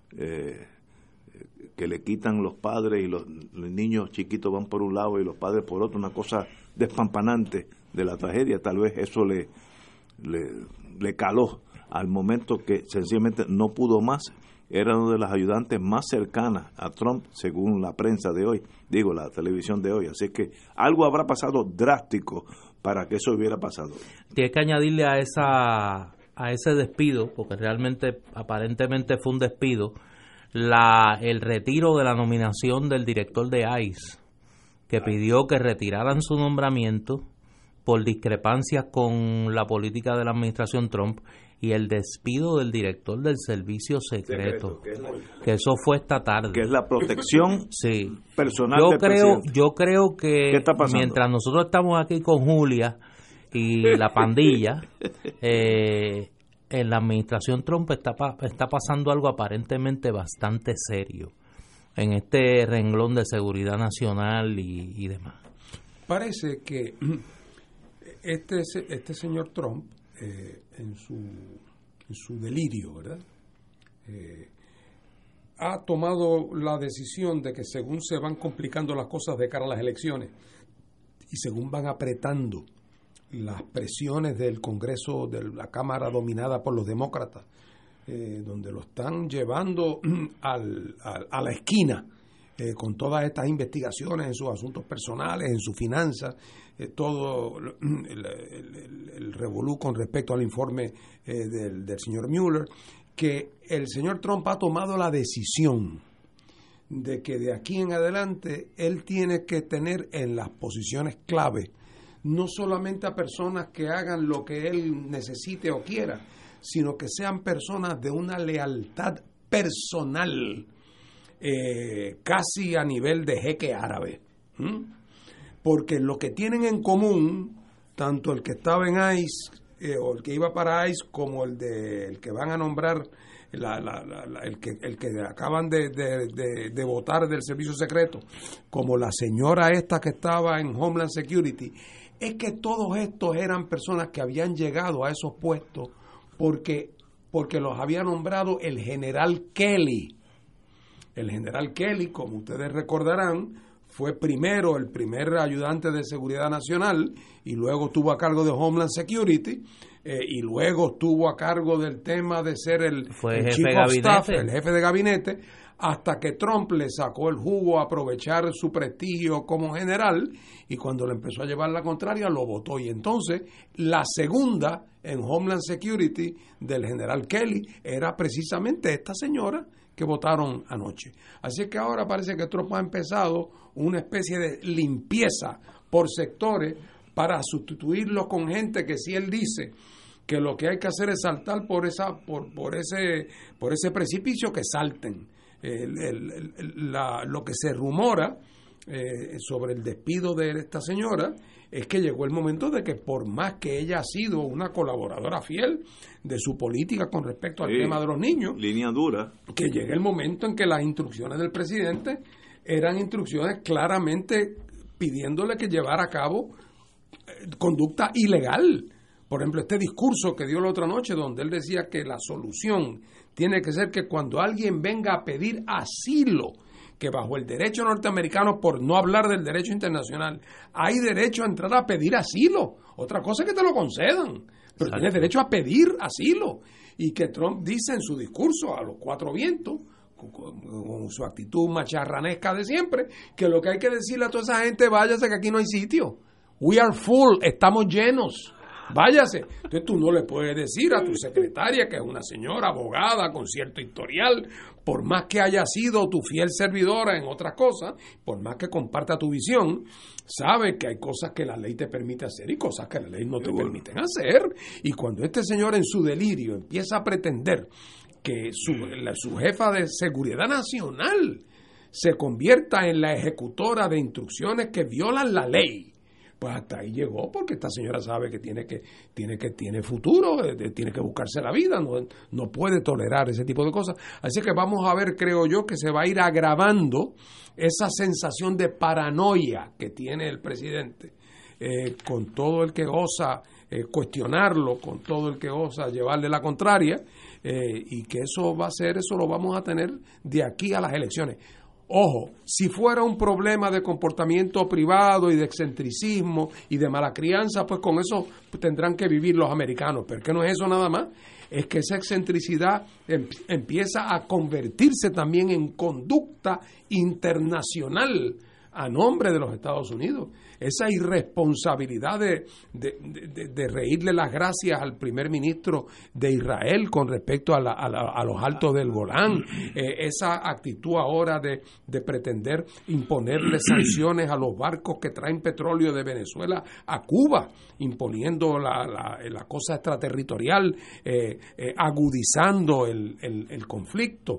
S2: que le quitan los padres y los niños chiquitos van por un lado y los padres por otro, una cosa despampanante de la tragedia. Tal vez eso le caló al momento que sencillamente no pudo más. Era una de las ayudantes más cercanas a Trump, según la prensa de hoy, la televisión de hoy. Así que algo habrá pasado drástico para que eso hubiera pasado.
S4: Tienes que añadirle a ese despido, porque realmente aparentemente fue un despido, el retiro de la nominación del director de ICE, que pidió que retiraran su nombramiento por discrepancias con la política de la administración Trump, y el despido del director del servicio secreto, que eso fue esta tarde.
S2: Que es la protección personal del presidente.
S4: Yo creo que mientras nosotros estamos aquí con Julia y la pandilla, en la administración Trump está pasando algo aparentemente bastante serio en este renglón de seguridad nacional y demás.
S3: Parece que este señor Trump, en su delirio, ¿verdad? ha tomado la decisión de que según se van complicando las cosas de cara a las elecciones y según van apretando las presiones del Congreso, de la Cámara dominada por los demócratas, donde lo están llevando a la esquina con todas estas investigaciones en sus asuntos personales, en sus finanzas, todo el revolú con respecto al informe del señor Mueller, que el señor Trump ha tomado la decisión de que de aquí en adelante él tiene que tener en las posiciones clave no solamente a personas que hagan lo que él necesite o quiera, sino que sean personas de una lealtad personal, casi a nivel de jeque árabe. Porque lo que tienen en común, tanto el que estaba en ICE o el que iba para ICE, como el que van a nombrar, el que acaban de votar del servicio secreto, como la señora esta que estaba en Homeland Security, es que todos estos eran personas que habían llegado a esos puestos porque los había nombrado el general Kelly. El general Kelly, como ustedes recordarán, fue el primer ayudante de seguridad nacional, y luego estuvo a cargo de Homeland Security, y luego estuvo a cargo del tema de ser el Chief of Staff, el jefe de gabinete, hasta que Trump le sacó el jugo a aprovechar su prestigio como general, y cuando le empezó a llevar la contraria lo votó. Y entonces la segunda en Homeland Security del general Kelly era precisamente esta señora que votaron anoche. Así que ahora parece que Trump ha empezado una especie de limpieza por sectores para sustituirlo con gente que, si él dice que lo que hay que hacer es saltar por ese precipicio, que salten. Lo que se rumora sobre el despido de esta señora es que llegó el momento de que, por más que ella ha sido una colaboradora fiel de su política con respecto al tema de los niños,
S2: línea dura,
S3: que llegue el momento en que las instrucciones del presidente eran instrucciones claramente pidiéndole que llevara a cabo conducta ilegal. Por ejemplo, este discurso que dio la otra noche, donde él decía que la solución tiene que ser que cuando alguien venga a pedir asilo, que bajo el derecho norteamericano, por no hablar del derecho internacional, hay derecho a entrar a pedir asilo. Otra cosa es que te lo concedan, pero tienes derecho a pedir asilo. Y que Trump dice en su discurso a los cuatro vientos, con su actitud macharranesca de siempre, que lo que hay que decirle a toda esa gente: váyase, que aquí no hay sitio. We are full, estamos llenos. Váyase. Entonces tú no le puedes decir a tu secretaria, que es una señora abogada con cierto historial, por más que haya sido tu fiel servidora en otras cosas, por más que comparta tu visión, sabe que hay cosas que la ley te permite hacer y cosas que la ley no te permiten hacer. Y cuando este señor, en su delirio, empieza a pretender que su jefa de seguridad nacional se convierta en la ejecutora de instrucciones que violan la ley, pues hasta ahí llegó, porque esta señora sabe que tiene futuro, tiene que buscarse la vida, no puede tolerar ese tipo de cosas. Así que vamos a ver, creo yo, que se va a ir agravando esa sensación de paranoia que tiene el presidente, con todo el que osa cuestionarlo, con todo el que osa llevarle la contraria, y que eso lo vamos a tener de aquí a las elecciones. Ojo, si fuera un problema de comportamiento privado y de excentricismo y de mala crianza, pues con eso tendrán que vivir los americanos. Pero que no es eso nada más, es que esa excentricidad empieza a convertirse también en conducta internacional a nombre de los Estados Unidos. Esa irresponsabilidad de reírle las gracias al primer ministro de Israel con respecto a los altos del Golán, esa actitud ahora de pretender imponerle sanciones a los barcos que traen petróleo de Venezuela a Cuba, imponiendo la cosa extraterritorial, agudizando el conflicto,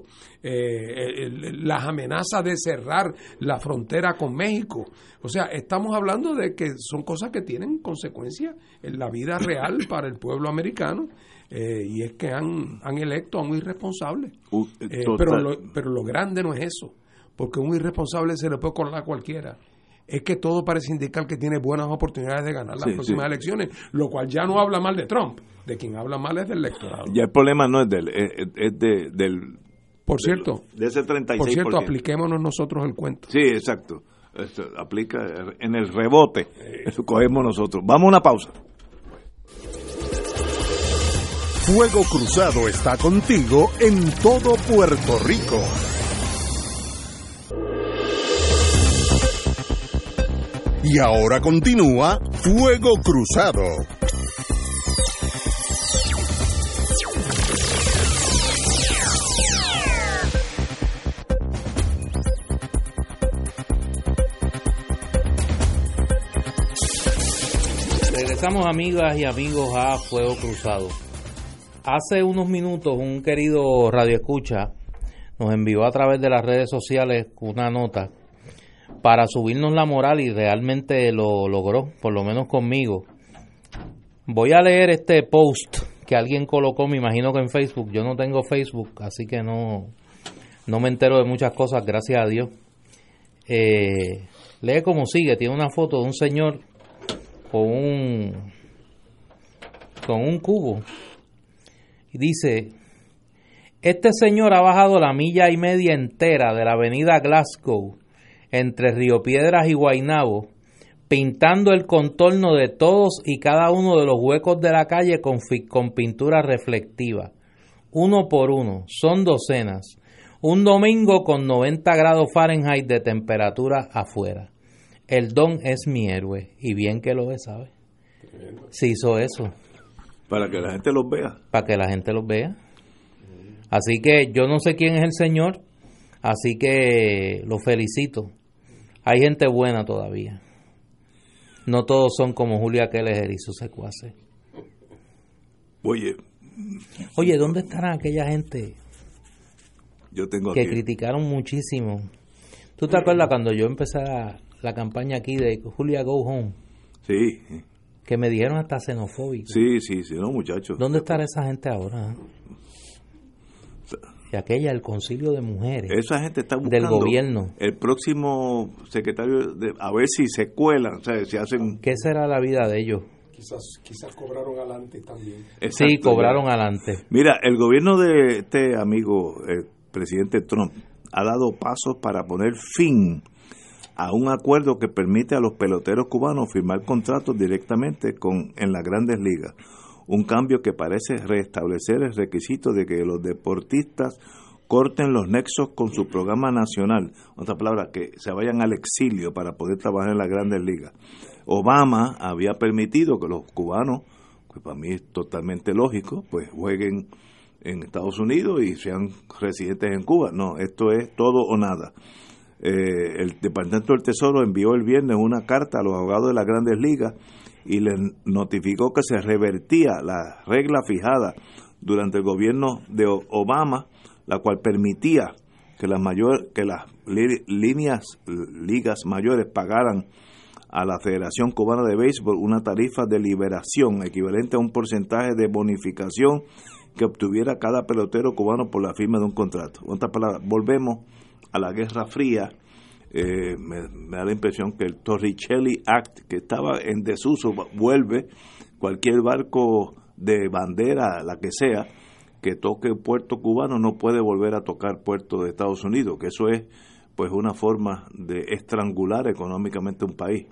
S3: las amenazas de cerrar la frontera con México. O sea, estamos hablando de que son cosas que tienen consecuencias en la vida real para el pueblo americano, y es que han electo a un irresponsable. Pero lo grande no es eso, porque un irresponsable se le puede colar a cualquiera. Es que todo parece indicar que tiene buenas oportunidades de ganar las próximas elecciones, lo cual ya no habla mal de Trump. De quien habla mal es del electorado.
S2: Ya el problema no es del
S3: Por cierto,
S2: de ese 36%.
S3: Por cierto, apliquémonos nosotros el cuento.
S2: Sí, exacto. Esto aplica en el rebote. Eso cogemos nosotros. Vamos a una pausa.
S1: Fuego Cruzado está contigo en todo Puerto Rico. Y ahora continúa Fuego Cruzado.
S4: Regresamos, amigas y amigos, a Fuego Cruzado. Hace unos minutos un querido radioescucha nos envió a través de las redes sociales una nota para subirnos la moral y realmente lo logró, por lo menos conmigo. Voy a leer este post que alguien colocó, me imagino que en Facebook. Yo no tengo Facebook, así que no me entero de muchas cosas, gracias a Dios. Lee como sigue, tiene una foto de un señor con un cubo y dice: este señor ha bajado la 1.5 millas entera de la avenida Glasgow entre Río Piedras y Guaynabo, pintando el contorno de todos y cada uno de los huecos de la calle con pintura reflectiva, uno por uno, son docenas, un domingo con 90 grados Fahrenheit de temperatura afuera. El don es mi héroe, y bien que lo es, ¿sabes? Sí hizo eso.
S2: Para que la gente los vea.
S4: Para que la gente los vea. Así que yo no sé quién es el señor, así que lo felicito. Hay gente buena todavía. No todos son como Julia Keller y sus secuaces.
S2: Oye,
S4: ¿dónde estará aquella gente
S2: yo tengo
S4: que
S2: aquí
S4: criticaron muchísimo? ¿Tú te acuerdas cuando yo empecé la campaña aquí de Julia Go Home?
S2: Sí.
S4: Que me dijeron hasta xenofóbico.
S2: Sí, no, muchachos.
S4: ¿Dónde estará esa gente ahora? Y aquella, el concilio de mujeres.
S2: Esa gente está buscando
S4: del gobierno.
S2: El próximo secretario, a ver si se cuelan, o sea, si hacen...
S4: ¿Qué será la vida de ellos?
S3: Quizás cobraron adelante también.
S2: Exacto,
S4: sí, cobraron adelante.
S2: Mira, el gobierno de este amigo, el presidente Trump, ha dado pasos para poner fin a un acuerdo que permite a los peloteros cubanos firmar contratos directamente en las Grandes Ligas. Un cambio que parece restablecer el requisito de que los deportistas corten los nexos con su programa nacional. En otras palabras, que se vayan al exilio para poder trabajar en las Grandes Ligas. Obama había permitido que los cubanos, que para mí es totalmente lógico, pues jueguen en Estados Unidos y sean residentes en Cuba. No, esto es todo o nada. El Departamento del Tesoro envió el viernes una carta a los abogados de las Grandes Ligas y les notificó que se revertía la regla fijada durante el gobierno de Obama, la cual permitía que las ligas mayores pagaran a la Federación Cubana de Béisbol una tarifa de liberación equivalente a un porcentaje de bonificación que obtuviera cada pelotero cubano por la firma de un contrato. En otras palabras, volvemos a la Guerra Fría. Me da la impresión que el Torricelli Act, que estaba en desuso, vuelve. Cualquier barco de bandera, la que sea, que toque puerto cubano no puede volver a tocar puerto de Estados Unidos, que eso es pues una forma de estrangular económicamente un país.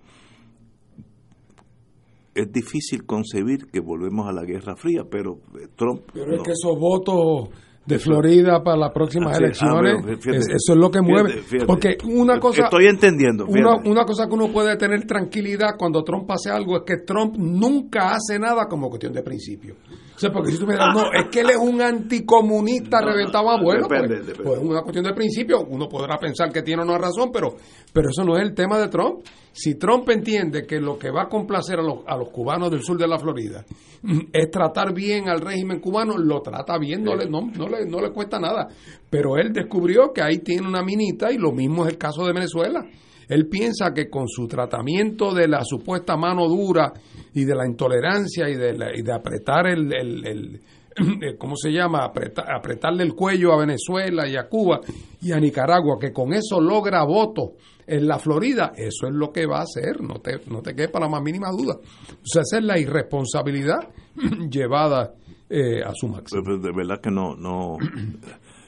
S2: Es difícil concebir que volvemos a la Guerra Fría, pero Trump...
S3: Pero es que esos votos de Florida para las próximas elecciones, bueno, fíjate, eso es lo que mueve. Fíjate. Porque una cosa...
S2: Estoy entendiendo.
S3: Una cosa que uno puede tener tranquilidad cuando Trump hace algo es que Trump nunca hace nada como cuestión de principio. O sea, porque si tú me dices, no, es que él es un anticomunista reventado a vuelo, depende. Pues es una cuestión de principio. Uno podrá pensar que tiene una razón, pero eso no es el tema de Trump. Si Trump entiende que lo que va a complacer a los cubanos del sur de la Florida es tratar bien al régimen cubano, lo trata bien, no le cuesta nada. Pero él descubrió que ahí tiene una minita, y lo mismo es el caso de Venezuela. Él piensa que con su tratamiento de la supuesta mano dura y de la intolerancia y de apretar ¿cómo se llama? Apretarle el cuello a Venezuela y a Cuba y a Nicaragua, que con eso logra votos en la Florida, eso es lo que va a hacer, no te quepa la más mínima duda. O sea, esa es la irresponsabilidad llevada a su máximo.
S2: Pero de verdad que no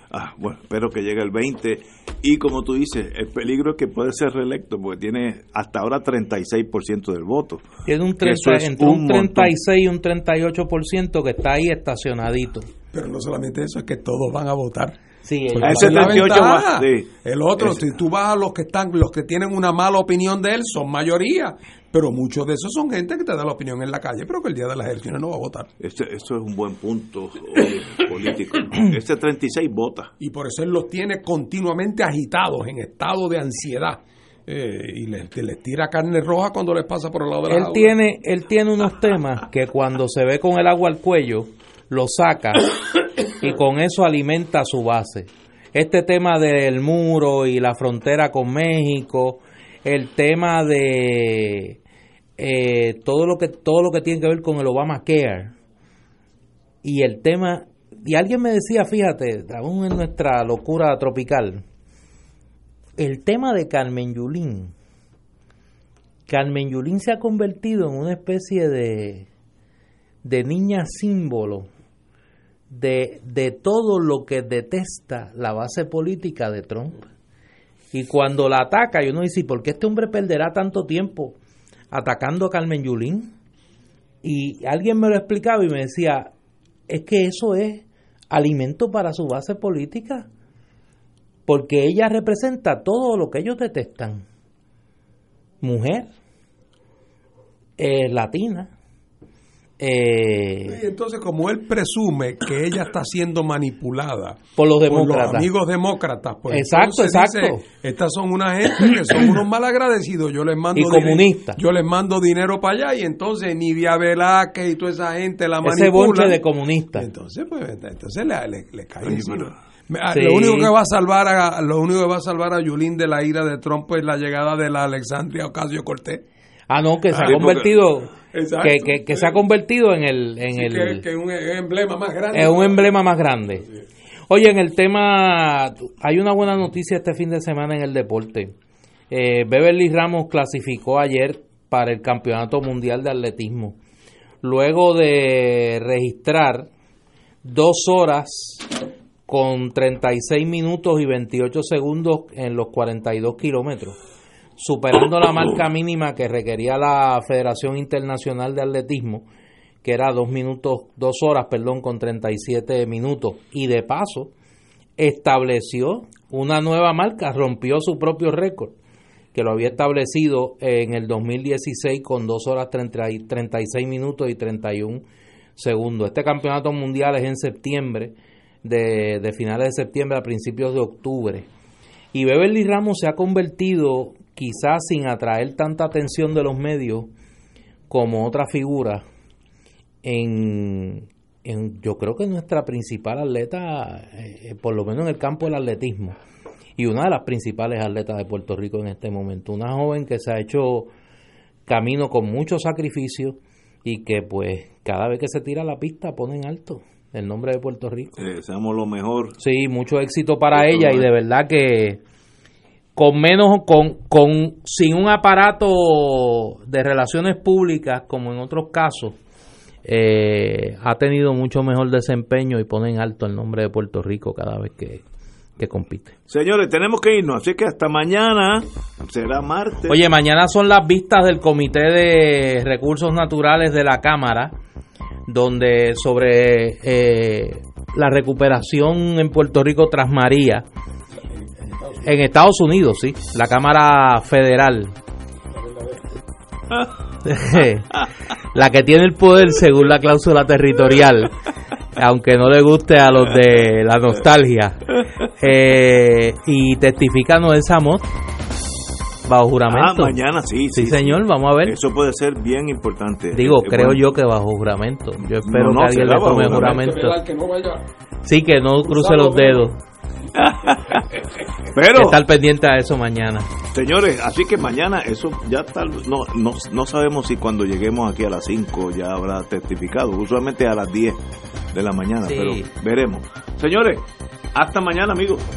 S2: Bueno, espero que llegue el 20. Y como tú dices, el peligro es que puede ser reelecto porque tiene hasta ahora 36% del voto.
S4: Tiene entre un 36 y un 38% que está ahí estacionadito.
S3: Pero no solamente eso, es que todos van a votar.
S4: Sí,
S2: el 78 más. Sí.
S3: El otro, si tú vas a los que tienen una mala opinión de él, son mayoría. Pero muchos de esos son gente que te da la opinión en la calle, pero que el día de las elecciones no va a votar.
S2: Eso es un buen punto político. Ese 36 vota.
S3: Y por eso él los tiene continuamente agitados, en estado de ansiedad. Y les tira carne roja cuando les pasa por el lado de la jaula.
S4: Él tiene unos temas que cuando se ve con el agua al cuello, lo saca y con eso alimenta su base. Este tema del muro y la frontera con México, el tema de todo lo que tiene que ver con el Obamacare y el tema, y alguien me decía, fíjate, aún en nuestra locura tropical, el tema de Carmen Yulín. Carmen Yulín se ha convertido en una especie de niña símbolo de todo lo que detesta la base política de Trump. Y cuando la ataca, yo no dice, ¿por qué este hombre perderá tanto tiempo atacando a Carmen Yulín? Y alguien me lo explicaba y me decía, es que eso es alimento para su base política, porque ella representa todo lo que ellos detestan. Mujer, latina.
S3: Y entonces, como él presume que ella está siendo manipulada
S4: por los demócratas,
S3: por los amigos demócratas, pues
S4: exacto.
S3: Dice, estas son una gente que son unos malagradecidos, yo les mando
S4: comunistas,
S3: yo les mando dinero para allá, y entonces Nidia Velázquez y toda esa gente la manipulan.
S4: Ese bonche de comunistas.
S3: Entonces, pues, le cae encima.
S4: Sí.
S3: Lo único que va a salvar a Yulín de la ira de Trump es la llegada de la Alexandria Ocasio-Cortez.
S4: No, que se ha convertido, que se ha convertido en
S3: que un emblema más grande.
S4: Es un emblema más grande. Oye, en el tema, hay una buena noticia este fin de semana en el deporte. Beverly Ramos clasificó ayer para el Campeonato Mundial de Atletismo, luego de registrar 2 horas con 36 minutos y 28 segundos en los 42 kilómetros, superando la marca mínima que requería la Federación Internacional de Atletismo, que era 2 horas con 37 minutos, y de paso estableció una nueva marca, rompió su propio récord, que lo había establecido en el 2016 con 2 horas 36 minutos y 31 segundos. Este campeonato mundial es en septiembre, de finales de septiembre a principios de octubre. Y Beverly Ramos se ha convertido, quizás sin atraer tanta atención de los medios como otra figura, en yo creo que nuestra principal atleta, por lo menos en el campo del atletismo, y una de las principales atletas de Puerto Rico en este momento. Una joven que se ha hecho camino con mucho sacrificio y que pues cada vez que se tira a la pista pone en alto el nombre de Puerto Rico.
S2: Deseamos lo mejor.
S4: Sí, mucho éxito para ella, y de verdad que sin un aparato de relaciones públicas como en otros casos, ha tenido mucho mejor desempeño y pone en alto el nombre de Puerto Rico cada vez que compite.
S2: Señores, tenemos que irnos, así que hasta mañana, será martes.
S4: Oye, mañana son las vistas del Comité de Recursos Naturales de la Cámara, donde sobre la recuperación en Puerto Rico tras María, en Estados Unidos, sí, la Cámara Federal, la que tiene el poder según la cláusula territorial, aunque no le guste a los de la nostalgia, y testifica Noel Samot bajo juramento.
S2: Mañana sí,
S4: señor, vamos a ver.
S2: Eso puede ser bien importante.
S4: Digo, creo yo que bajo juramento. Yo espero que alguien le tome juramento. Sí, que no cruce los dedos.
S2: Pero
S4: estar pendiente a eso mañana.
S2: Señores, así que mañana eso ya tal no sabemos si cuando lleguemos aquí a las 5 ya habrá testificado. Usualmente a las 10 de la mañana, sí. Pero veremos. Señores, hasta mañana, amigos.